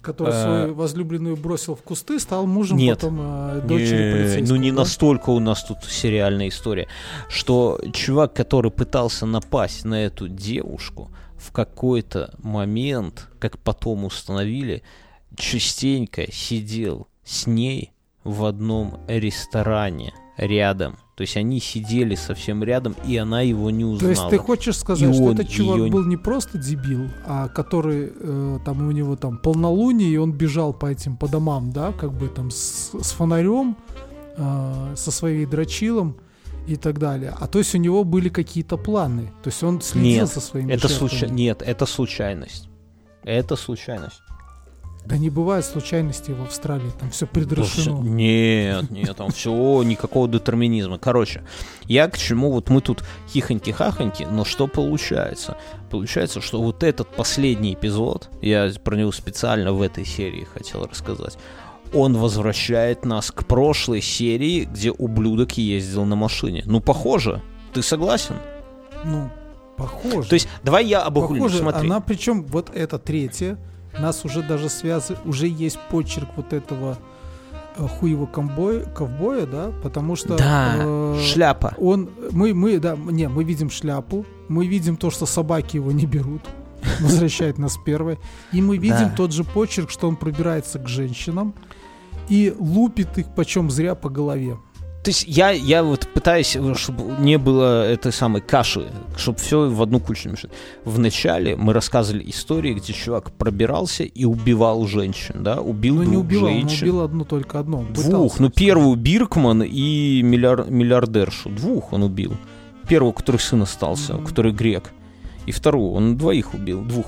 который Э, свою возлюбленную бросил в кусты, стал мужем Нет. потом э, дочери Не, полицейского. ну не да? настолько у нас тут сериальная история, что чувак, который пытался напасть на эту девушку, в какой-то момент, как потом установили, частенько сидел с ней в одном ресторане рядом. То есть они сидели совсем рядом, и она его не узнала. То есть ты хочешь сказать, И что он этот чувак её- был не просто дебил, а который э, там у него там полнолуние, и он бежал по этим по домам, да, как бы там с, с фонарем, э, со своей дрочилом и так далее. А то есть у него были какие-то планы. То есть он следил Нет, за своими это жертвами. случай... Нет, это случайность. Это случайность. Да не бывает случайностей в Австралии, там все предрешено. Нет, нет, там все, никакого детерминизма. Короче, я к чему, вот мы тут хихоньки-хахоньки, но что получается? Получается, что вот этот последний эпизод, я про него специально в этой серии хотел рассказать, он возвращает нас к прошлой серии, где ублюдок ездил на машине. Ну, похоже, ты согласен? Ну, похоже. То есть, давай я обогулю, Похоже, смотри. она, причем вот эта третья, нас уже даже связывает, уже есть почерк вот этого э, хуевого ковбоя, ковбоя, да, потому что Да, э, шляпа. он, мы, мы, да, не, мы видим шляпу, мы видим то, что собаки его не берут, возвращает нас первой, и мы видим Да. тот же почерк, что он пробирается к женщинам и лупит их почем зря по голове. То есть я, я вот пытаюсь, чтобы не было этой самой каши, чтобы все в одну кучу не мешать. Вначале мы рассказывали истории, где чувак пробирался и убивал женщин, да, убил Ну не двух убивал, он женщин. убил одну только одну. он Двух, пытался. ну первую Биркман и миллиар, миллиардершу, двух он убил. Первого, у которого сын остался, Мгм. который грек, и вторую, он двоих убил, двух.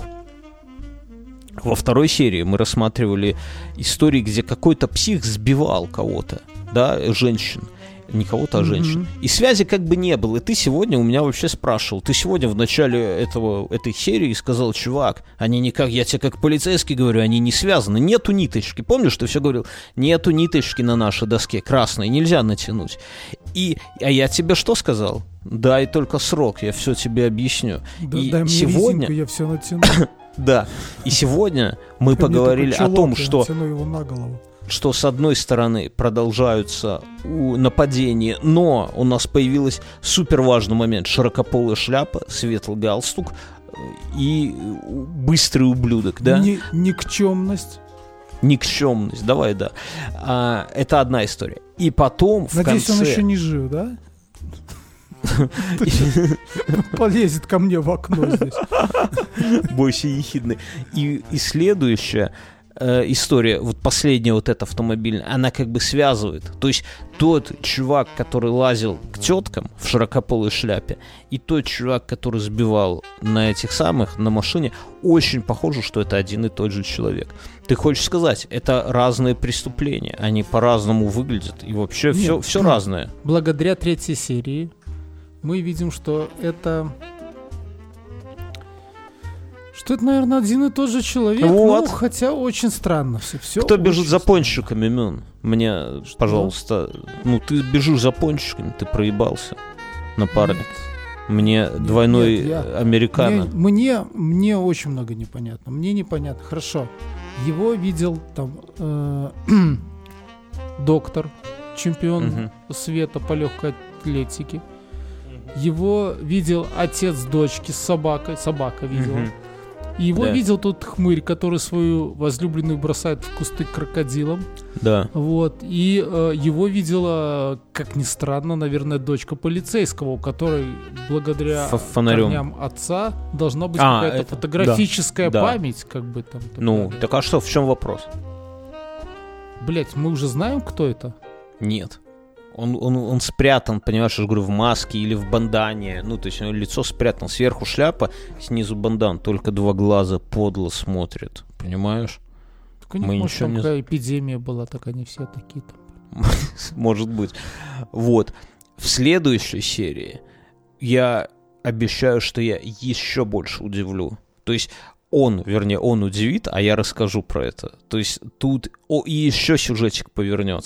Во второй серии мы рассматривали истории, где какой-то псих сбивал кого-то, да, женщин. Не кого-то, а Мгм. женщин. И связи как бы не было. И ты сегодня у меня вообще спрашивал. Ты сегодня в начале этого, этой серии сказал, чувак, они никак, я тебе как полицейский говорю, они не связаны. Нету ниточки. Помнишь, ты все говорил, нету ниточки на нашей доске красной, нельзя натянуть. И, а я тебе что сказал? Дай только срок, я все тебе объясню. Да, И дай мне сегодня- резинку, я все натяну. Да. И сегодня мы Ко мне поговорили только о том, чулок, я что натяну его на голову. что с одной стороны продолжаются у- нападения, но у нас появился супер важный момент: широкополая шляпа, светлый галстук э, и э, быстрый ублюдок, да? Ни- Никчемность. Никчемность, давай, да. А, это одна история. И потом в Надеюсь, конце... он еще не жив, да? Полезет ко мне в окно здесь. Бойся ехидный. И, и следующая э, история, вот последняя вот эта автомобильная, она как бы связывает. То есть тот чувак, который лазил к теткам в широкополой шляпе, и тот чувак, который сбивал на этих самых, на машине, очень похоже, что это один и тот же человек. Ты хочешь сказать, это разные преступления, они по-разному выглядят, и вообще Нет. все, все разное. Благодаря третьей серии мы видим, что это... Что это, наверное, один и тот же человек. Вот. Ну, хотя очень странно все. все Кто бежит очень за странно. пончиками, Мюн? Мне, Что? пожалуйста, ну ты бежишь за пончиками, ты проебался, напарник. Мне двойной нет, я- американо. Мне, мне, мне очень много непонятно. Мне непонятно. Хорошо. Его видел там э, доктор, чемпион Мгм. света по легкой атлетике. Его видел отец дочки с собакой. Собака видела. Мгм. И его Да. видел тот хмырь, который свою возлюбленную бросает в кусты к крокодилам. Да. Вот. И э, его видела, как ни странно, наверное, дочка полицейского, у которой благодаря Ф- фонарем. корням отца должна быть А, какая-то это- фотографическая да, да. память, как бы там. так Ну, далее. так а что, в чем вопрос? Блять, мы уже знаем, кто это? Нет. Он, он, он спрятан, понимаешь, я же говорю, в маске или в бандане. Ну, то есть у него лицо спрятано. Сверху шляпа, снизу бандан. Только два глаза подло смотрят. Понимаешь? Так у них, Мы может, ничего там не- какая эпидемия была, так они все такие там. Может быть. Вот. В следующей серии я обещаю, что я еще больше удивлю. То есть он, вернее, он удивит, а я расскажу про это. То есть тут о, и еще сюжетик повернется.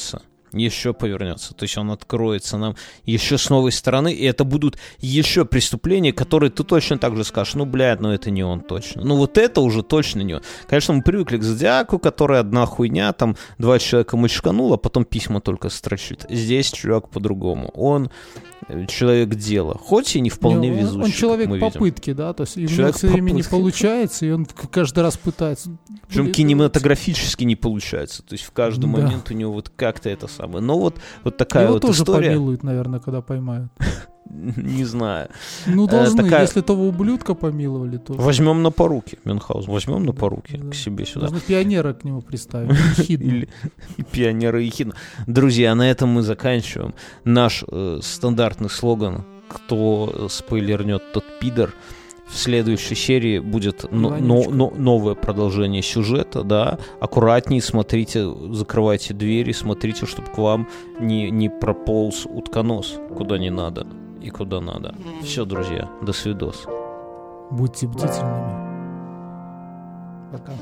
еще повернется. То есть он откроется нам еще с новой стороны, и это будут еще преступления, которые ты точно так же скажешь, ну, блядь, ну это не он точно. Ну, вот это уже точно не он. Конечно, мы привыкли к Зодиаку, который одна хуйня, там, два человека мочкануло, а потом письма только строчит. Здесь чувак по-другому. Он человек дела, хоть и не вполне не, везучий. Он, он человек попытки, да, то есть ему все время не получается, и он каждый раз пытается. Причем кинематографически не получается, то есть в каждый да. момент у него вот как-то это самое. Но вот, вот такая Его вот тоже история. Помилуют, наверное, когда поймают. Не знаю. Ну, должны, такая... если того ублюдка помиловали, то... Возьмем на поруки, Мюнхгаузен, возьмем на поруки да, к себе сюда. Можно пионера к нему приставить, Или пионера Ехидна. Друзья, на этом мы заканчиваем наш э, стандартный слоган «Кто спойлернет, тот пидор». В следующей серии будет но, но, но, новое продолжение сюжета, да. Аккуратнее смотрите, закрывайте двери, смотрите, чтобы к вам не, не прополз утконос куда не надо и куда надо. Все, друзья, до свидос. Будьте бдительными. Пока.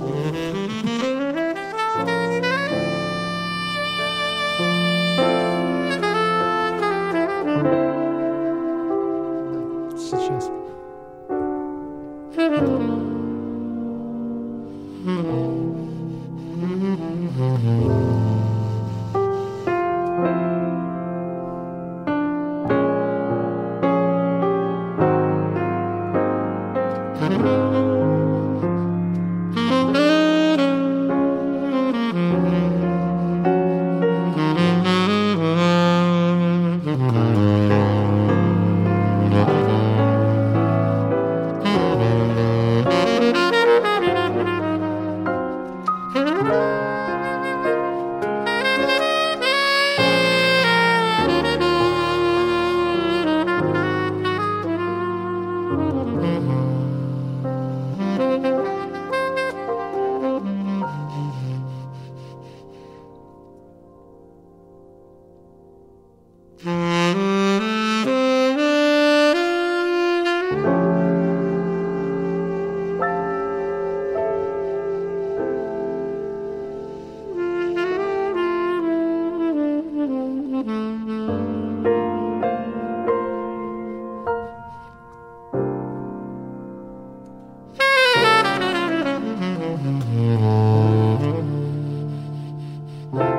Сейчас. Mm-hmm.